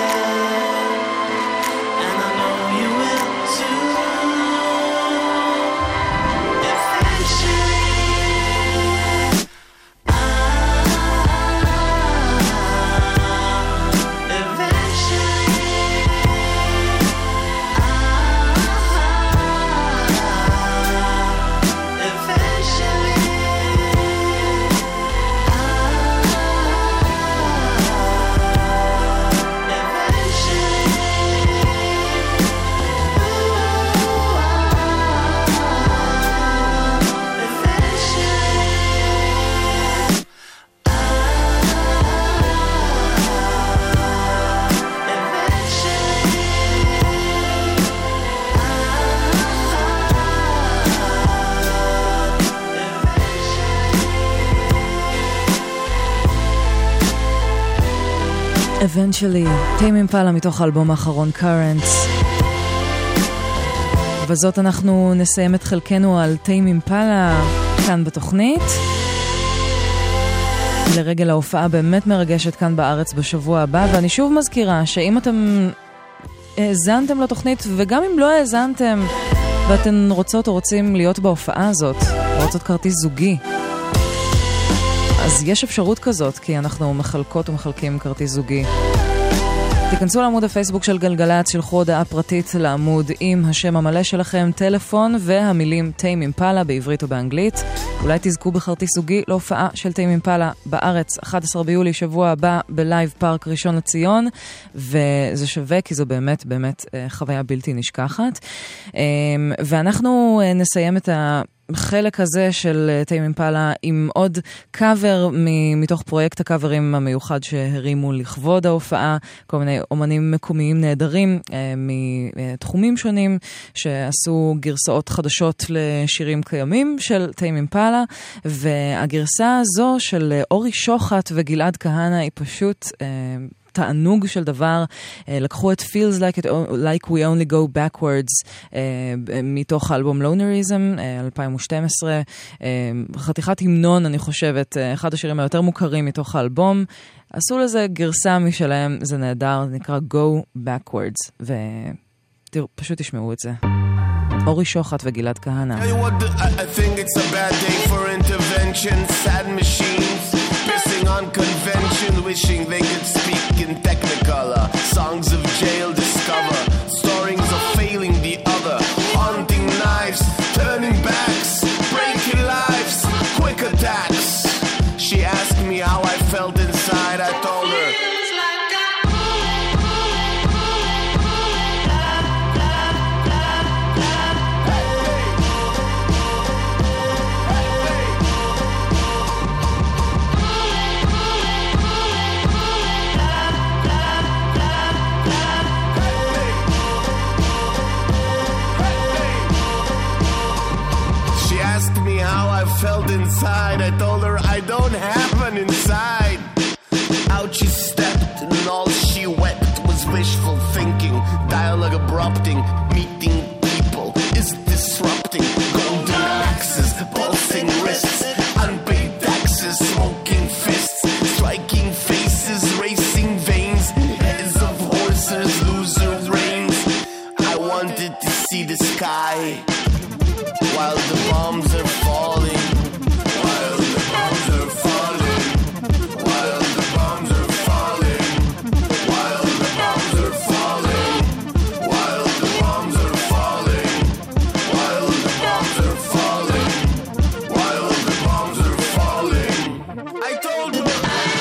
J: and I know you will too. Eventually,
E: Eventually, טיים אימפלה מתוך האלבום האחרון Currents. ובזאת אנחנו נסיים את חלקנו על טיים אימפלה כאן בתוכנית. לרגל ההופעה באמת מרגשת כאן בארץ בשבוע הבא, ואני שוב מזכירה שאם אתם האזנתם לתוכנית, וגם אם לא האזנתם ואתן רוצות או רוצים להיות בהופעה הזאת, או רוצות כרטיס זוגי, אז יש אפשרות כזאת, כי אנחנו מחלקות ומחלקים כרטיס זוגי. תיכנסו לעמוד הפייסבוק של גלגלץ, שלחו הודעה פרטית לעמוד עם השם המלא שלכם, טלפון והמילים טיים אימפלה בעברית או באנגלית. אולי תזכו בכרטיס זוגי להופעה של טיים אימפלה בארץ, 11 ביולי, שבוע הבא, בלייב פארק ראשון לציון, וזה שווה כי זו באמת באמת חוויה בלתי נשכחת. ואנחנו נסיים את החלק הזה של טיים אימפלה עם עוד קאבר מתוך פרויקט הקאברים המיוחד שהרימו לכבוד ההופעה, כל מיני אומנים מקומיים נהדרים מתחומים שונים שעשו גרסאות חדשות לשירים קיימים של טיים אימפלה, והגרסה הזו של אורי שוחט וגלעד כהנא היא פשוט תענוג של דבר. לקחו את Feels Like We Only Go Backwards מתוך האלבום Lonerism 2012, חתיכת המנון, אני חושבת, אחד השירים היותר מוכרים מתוך האלבום. עשו לזה גרסה משלהם, זה נהדר, זה נקרא Go Backwards, ופשוט תשמעו את זה. אורי שוחט וגלעד כהנא.
N: I think it's a bad day for intervention. Sad machines pissing on convention, wishing they could speak in technicolor. Songs of jail discover stories of failing the other, haunting knives, turning back felt inside. I told her I don't have an inside. Out she stepped and all she wept was wishful thinking. Dialogue abrupting, meeting people is disrupting. Golden axes, pulsing wrists, unpaid taxes, smoking fists, striking faces, racing veins, heads of horses, loser reigns. I wanted to see the sky while the bombs are falling. While the bombs are falling. While the bombs are falling. While the bombs are falling. While the bombs are falling. While the bombs are falling. While the bombs are falling. I told her.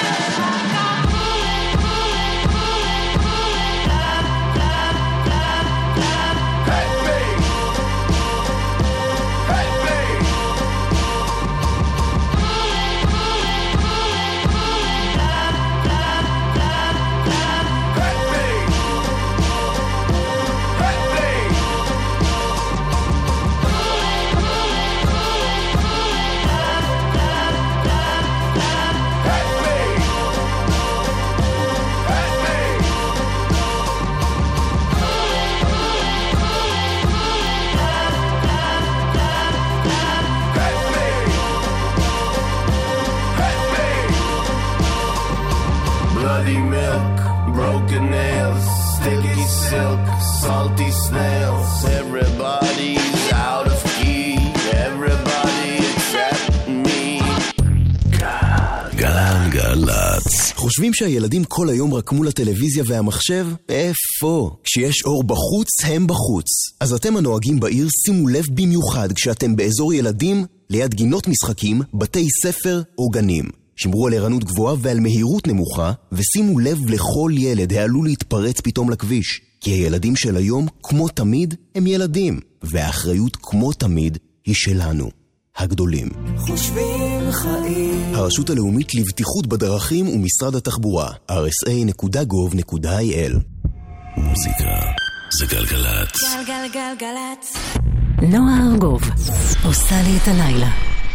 N: Bloody milk, broken nails, sticky silk, salty snails. Everybody's out of key, everybody except me.
K: גלגלצ. חושבים שהילדים כל היום רק מול הטלוויזיה והמחשב? איפה? כשיש אור בחוץ, הם בחוץ. אז אתם הנוהגים בעיר, שימו לב במיוחד כשאתם באזור ילדים, ליד גינות משחקים, בתי ספר או גנים. שמרו על ערנות גבוהה ועל מהירות נמוכה, ושימו לב לכל ילד העלול להתפרץ פתאום לכביש. כי הילדים של היום, כמו תמיד, הם ילדים. והאחריות, כמו תמיד, היא שלנו, הגדולים.
O: חושבים חיים.
K: הרשות הלאומית לבטיחות בדרכים ומשרד התחבורה, rsa.gov.il.
A: מוזיקה זה גלגלצ.
B: גלגלגלגלצ. נועה ארגוב עושה לי את הלילה.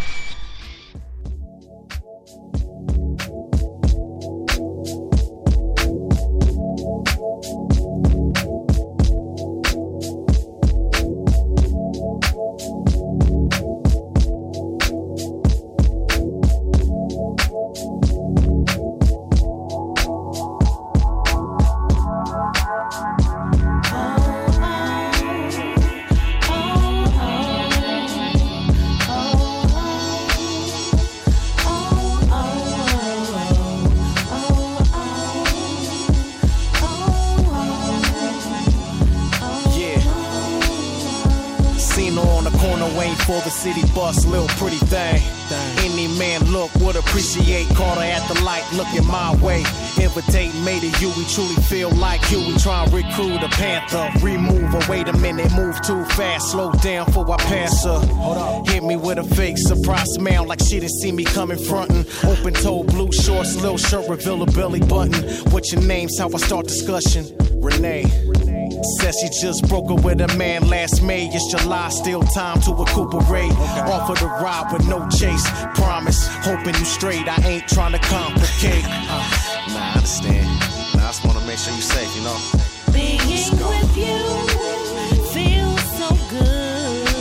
P: For the city bus, little pretty thing. Any man look would appreciate. Caught her at the light, looking my way. Invitate me to you, we truly feel like you. We try and recruit a panther. Remove her, wait a minute, move too fast. Slow down before I pass her. Hit me with a fake surprise smile like she didn't see me coming frontin'. Open toe, blue shorts, little shirt, reveal a belly button. What's your name's how I start discussion? Renee. Says she just broke up with a man last May. It's July, still time to recuperate. Offer to ride with no chase. Promise, hoping you straight. I ain't trying to complicate.
Q: Nah, I understand. Nah, I just want to make sure you're safe, you know.
O: Being with you feels so good.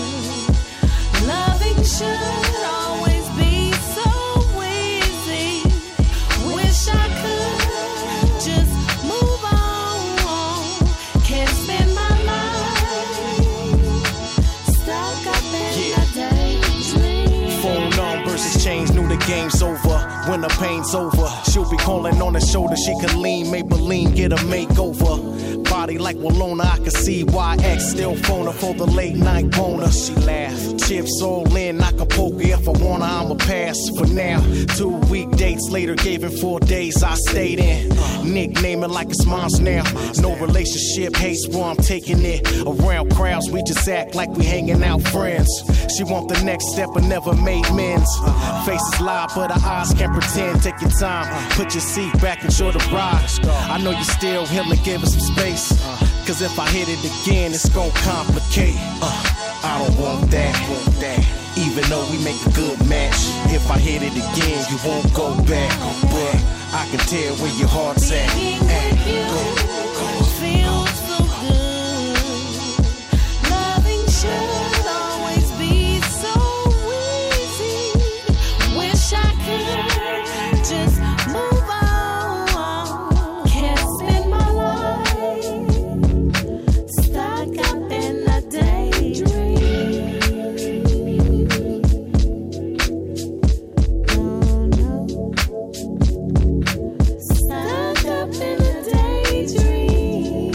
O: Loving should always be so easy. Wish I could just move on. Can't spend my life stuck up in a daydream.
P: Phone numbers exchange, knew the game's over. When the pain's over, she'll be calling on her shoulder. She can lean, Maybelline, get a makeover. Body like Walona, I can see why X still phone her for the late night boner. She laughed, chips all in, Acapulco. If I wanna, I'ma pass for now. 2 week dates later, gave him 4 days. I stayed in, nicknaming like it's mom's now. No relationship, hates where I'm taking it. Around crowds, we just act like we hanging out friends. She want the next step, but never made men's. Faces lie, but her eyes can't pretend. Take your time, put your seat back, enjoy the ride. I know you still healing, give us some space. Cause if I hit it again, it's gon' complicate. I don't want that. even though we make a good match. If I hit it again, you won't go back. But I can tell where your heart's at.
O: Feels so good. Loving should always be so easy. Wish I could just move on. Can't spend my life stuck up in a daydream. Stuck up in a daydream.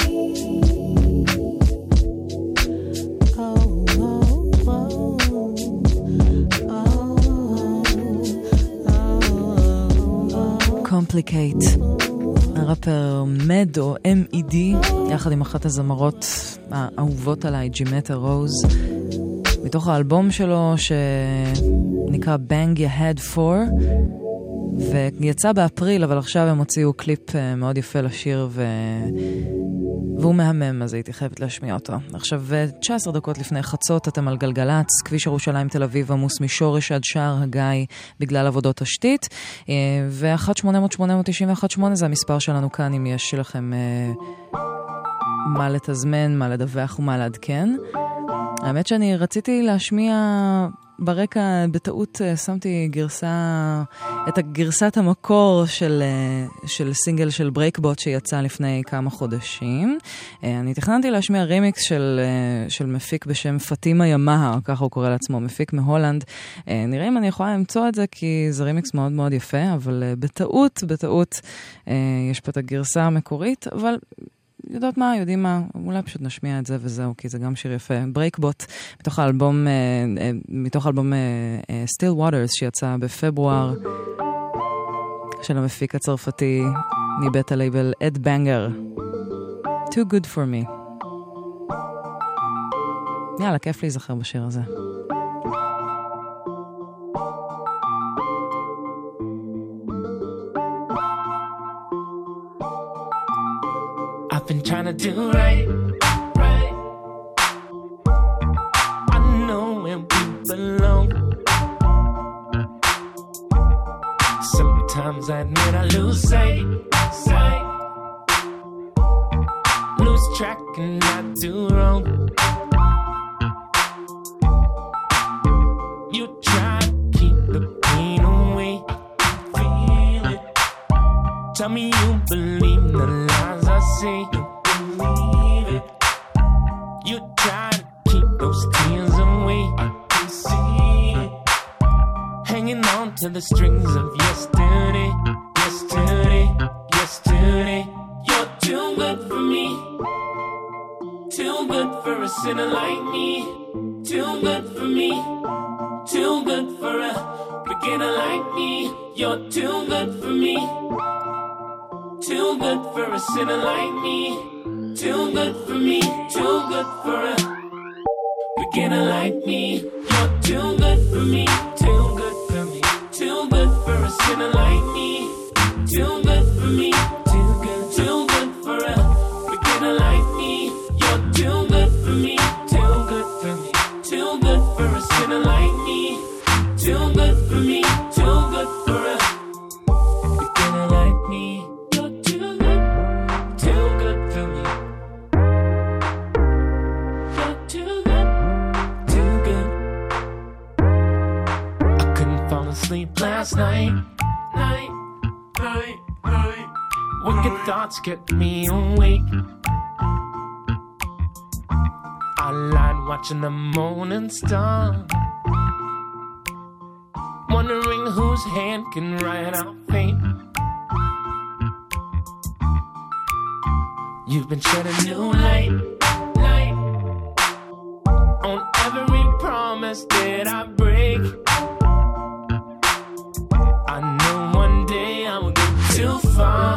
E: Complicate, הראפר מד או M.E.D, יחד עם אחת הזמרות האהובות עליי, ג'ימטה רוז, מתוך האלבום שלו שנקרא Bang Your Head 4, ויצא באפריל, אבל עכשיו הם הוציאו קליפ מאוד יפה לשיר והוא מהמם, אז הייתי חייבת להשמיע אותו. עכשיו 19 דקות לפני חצות אתם על גלגלץ, כביש ירושלים תל אביב עמוס משורש עד שער הגיא בגלל עבודות תשתית, ו-1-800-891-8 זה המספר שלנו כאן אם יש לכם מה לתזמן, מה לדווח ומה לעדכן. האמת שאני רציתי להשמיע ברקע, בטעות שמתי את הגרסת המקור של סינגל של ברייקבוט שיצא לפני כמה חודשים. אני תכננתי להשמיע רימיקס של מפיק בשם פטימה ימאה, ככה הוא קורא לעצמו, מפיק מהולנד. נראה אם אני יכולה למצוא את זה, כי זה רימיקס מאוד מאוד יפה, אבל בטעות יש פה את הגרסה המקורית, אבל יודעות מה, יודעים מה, אולי פשוט נשמיע את זה וזהו, כי זה גם שיר יפה. ברייקבוט, מתוך האלבום Still Waters שיצא בפברואר, של המפיק הצרפתי מבית הלייבל Ed Banger. Too Good For Me. יאללה, כיף להיזכר בשיר הזה.
J: I've been trying to do right. I know where we belong. Sometimes I admit I lose sight. Lose track and I do wrong. You try to keep the pain away. Feel it. Tell me you believe the lies I say. You believe it. You try to keep those tears away. I can see it. Hanging on to the strings of yesterday. Yesterday. You're too good for me. Too good for a sinner like me. Too good for me. Too good for a beginner like me. You're too good for me. Too good for a sinner like me. Too good for me. Too good for a beginner like me. You're too good for me. Too good for me. Too good for a sinner like me. Too good for me. Too good for a beginner like me. You're too good for me. Too good for me. Too good for a sinner like me. Too good for me. Too good for a beginner like me. You're too good for me. You're too good. I couldn't fall asleep last night. Wicked thoughts kept me awake. I lied watching the morning star, wondering whose hand can write our fate. You've been shedding new light on every promise that I break. I know one day I will get too far.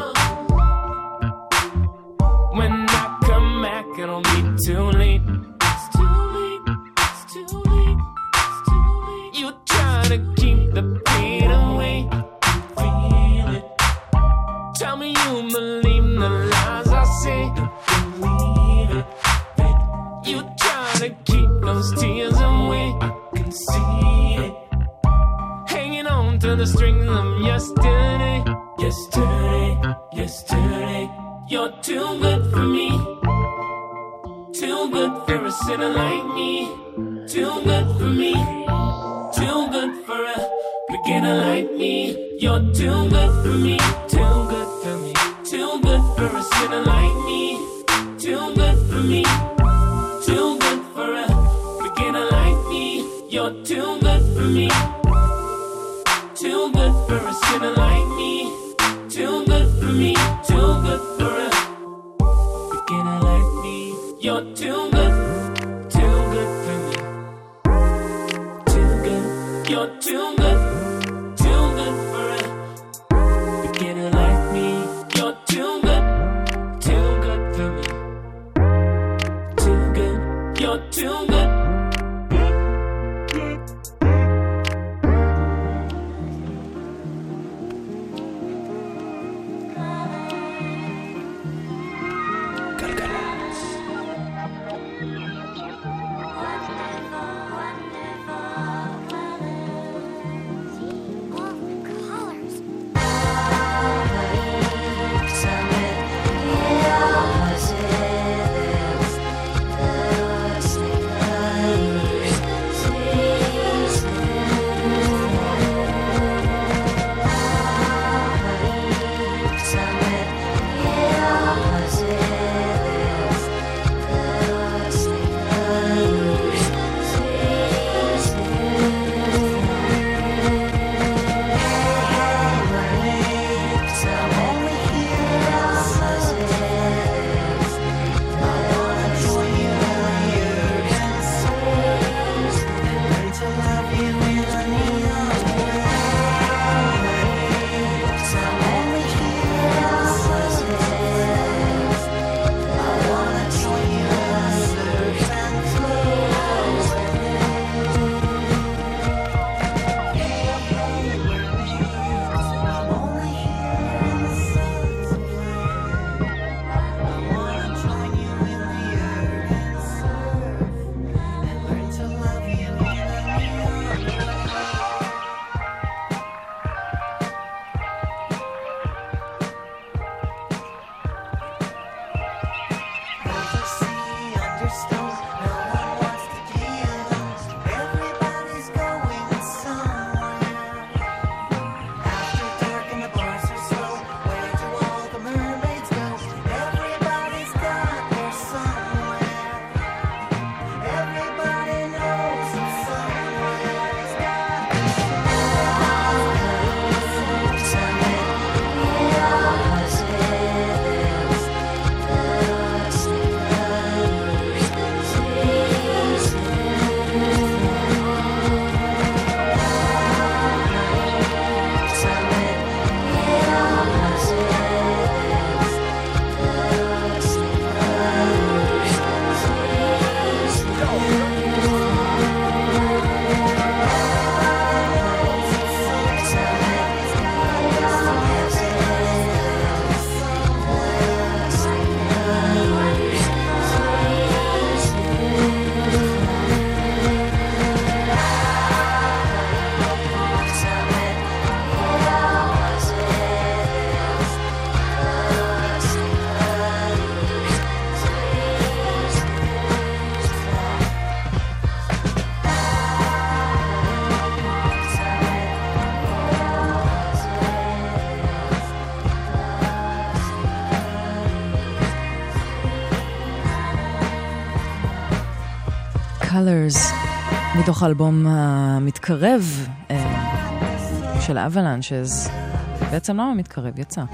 J: When I come back, it'll be too late. It's too late. It's too late. It's too late. You try to keep the pain away. Feel it. Tell me you believe the lies I say. Believe it. You try to keep
R: those tears away. I can see it, hanging on to the strings of yesterday. Yesterday, yesterday. You're too good for me, too good for a sinner like me. Too good for me, too good for a beginner like me. You're too good for me, too good for me. Too good for a sinner like me. Too good for me, too good for a beginner like me. You're too good for me, too good for a sinner like me. Too good for me, too good for a beginner like me. You're too good, too good for me. Too good, you're too good for a beginner like me. You're too good for me. Too good, you're too good.
E: Colors, מתוך האלבום המתקרב של אבלנצ'ז. בעצם למה מתקרב? יצא.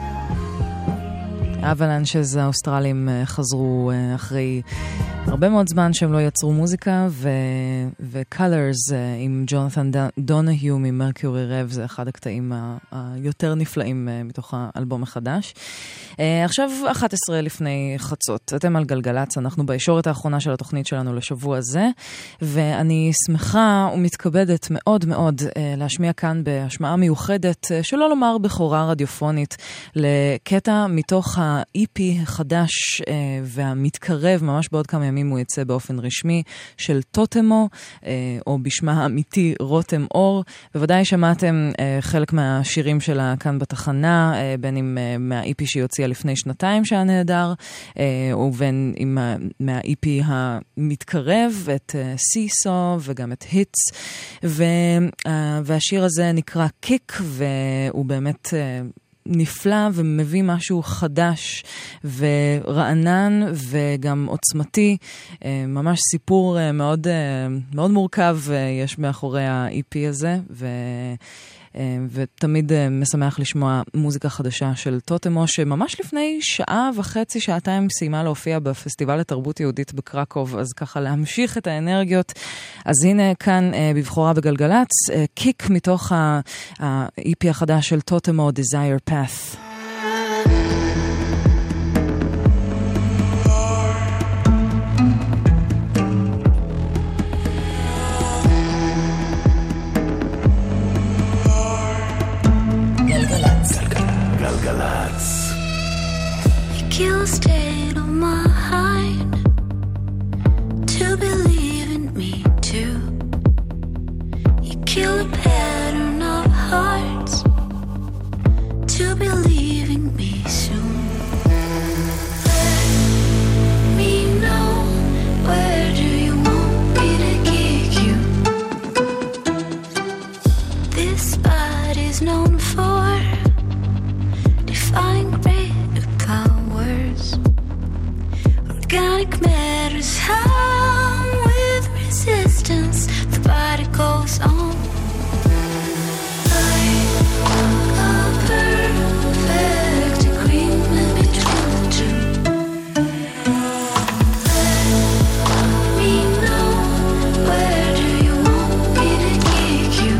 E: האבלנצ'ז האוסטרלים חזרו אחרי הרבה מאוד זמן שהם לא יצרו מוזיקה, ו-Colors עם ג'ונת'ן דונהיו ממרקיורי רב זה אחד הקטעים היותר נפלאים מתוך האלבום החדש. עכשיו 11 לפני חצות, אתם על גלגלץ, אנחנו בישורת האחרונה של התוכנית שלנו לשבוע הזה, ואני שמחה ומתכבדת מאוד מאוד להשמיע כאן בהשמעה מיוחדת, שלא לומר בכורה רדיופונית, לקטע מתוך ה-EP החדש והמתקרב ממש בעוד כמה ימים, ימים הוא יצא באופן רשמי, של טוטמו, או בשמה האמיתי רותם אור. בוודאי שמעתם חלק מהשירים שלה כאן בתחנה, בין אם מה-EP שהיא הוציאה לפני שנתיים שהיה נהדר, ובין אם מה-EP המתקרב, את סיסו וגם את היטס, והשיר הזה נקרא קיק, והוא באמת נפלא ומביא משהו חדש ורענן וגם עוצמתי, ממש סיפור מאוד, מאוד מורכב יש מאחורי ה-EP הזה, ותמיד משמח לשמוע מוזיקה חדשה של טוטמו, שממש לפני שעה וחצי, שעתיים סיימה להופיע בפסטיבל לתרבות יהודית בקרקוב, אז ככה להמשיך את האנרגיות. אז הנה כאן בבחורה בגלגלץ, קיק מתוך ה-EP החדש של טוטמו, Desire Path.
C: You stayed on my mind to believe in me too. You kill a pattern of hearts to believe in me soon. Let me know, where do you want me to kick you? This spot is known for defying organic matters, how with resistance the body goes on. A perfect agreement between the two. Let me know, where do you want me to kick you?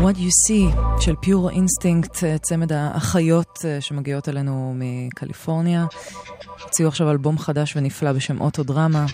E: What You See של Pure Instinct, צמד האחיות שמגיעות אלינו מקליפורניה. הוציאו עכשיו אלבום חדש ונפלא בשם אוטודרמה.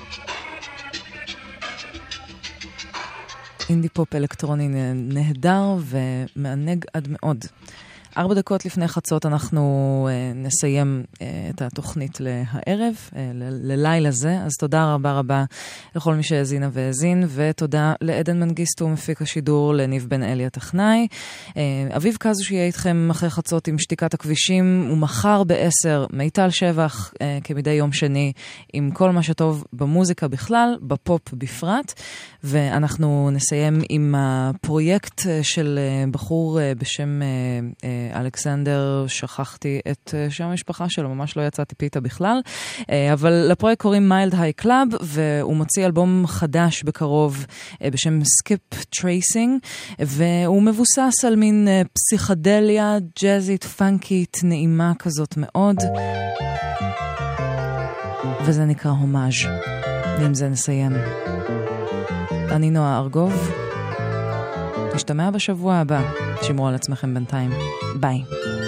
E: אינדי פופ אלקטרוני נהדר ומענג עד מאוד. 4 דקות לפני חצות אנחנו נסיים את התוכנית להערב, ללילה זה, אז תודה רבה רבה לכל מי שהאזינה והאזין, ותודה לעדן מנגיסטו, מפיק השידור, לניב בן אלי הטכנאי. אביב קזו שיהיה איתכם אחרי חצות עם שתיקת הכבישים, ומחר ב-10 מיטל שבח כמדי יום שני, עם כל מה שטוב במוזיקה בכלל, בפופ בפרט, ואנחנו נסיים עם הפרויקט של בחור בשם אלכסנדר, שכחתי את שם המשפחה שלו, ממש לא יצאתי פיתה בכלל, אבל לפרויקט קוראים מיילד היי קלאב, והוא מוציא אלבום חדש בקרוב בשם סקיפ טרייסינג, והוא מבוסס על מין פסיכדליה ג'אזית פאנקית נעימה כזאת מאוד, וזה נקרא הומאז'. ועם זה נסיים. אני נועה ארגוב, נשתמע בשבוע הבא. שמרו על עצמכם בינתיים. ביי.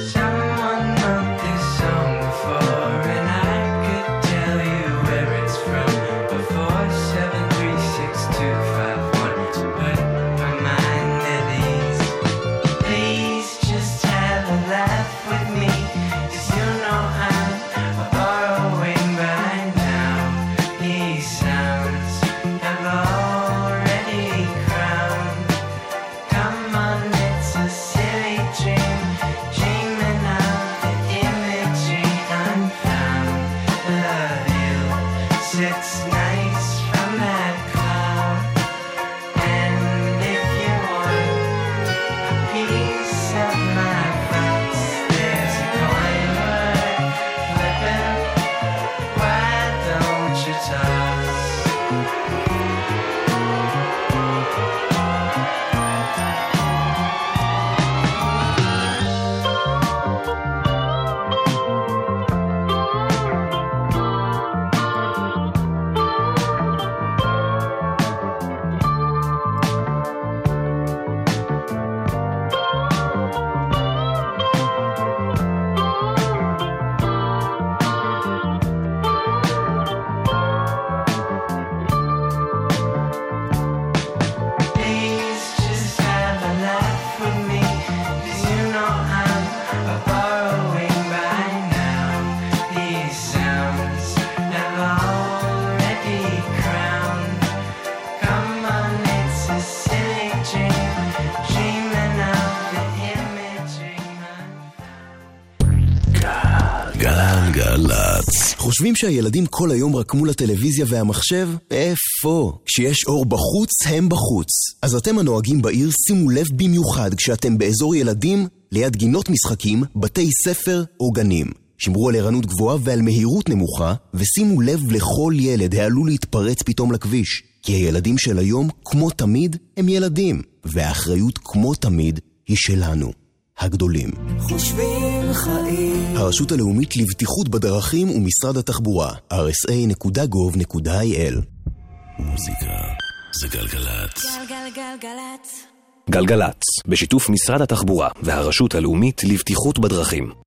K: גלגלצ. חושבים שהילדים כל היום רק מול הטלוויזיה והמחשב? איפה? כשיש אור בחוץ, הם בחוץ. אז אתם הנוהגים בעיר שימו לב במיוחד כשאתם באזור ילדים, ליד גינות משחקים, בתי ספר או גנים. שמרו על ערנות גבוהה ועל מהירות נמוכה, ושימו לב לכל ילד העלול להתפרץ פתאום לכביש. כי הילדים של היום, כמו תמיד, הם ילדים. והאחריות כמו תמיד היא שלנו. הגדולים.
O: חושבים חיים.
K: הרשות הלאומית לבטיחות בדרכים ומשרד התחבורה, rsa.gov.il.
A: מוזיקה זה גלגלצ.
L: גלגלצ, בשיתוף משרד התחבורה והרשות הלאומית לבטיחות בדרכים.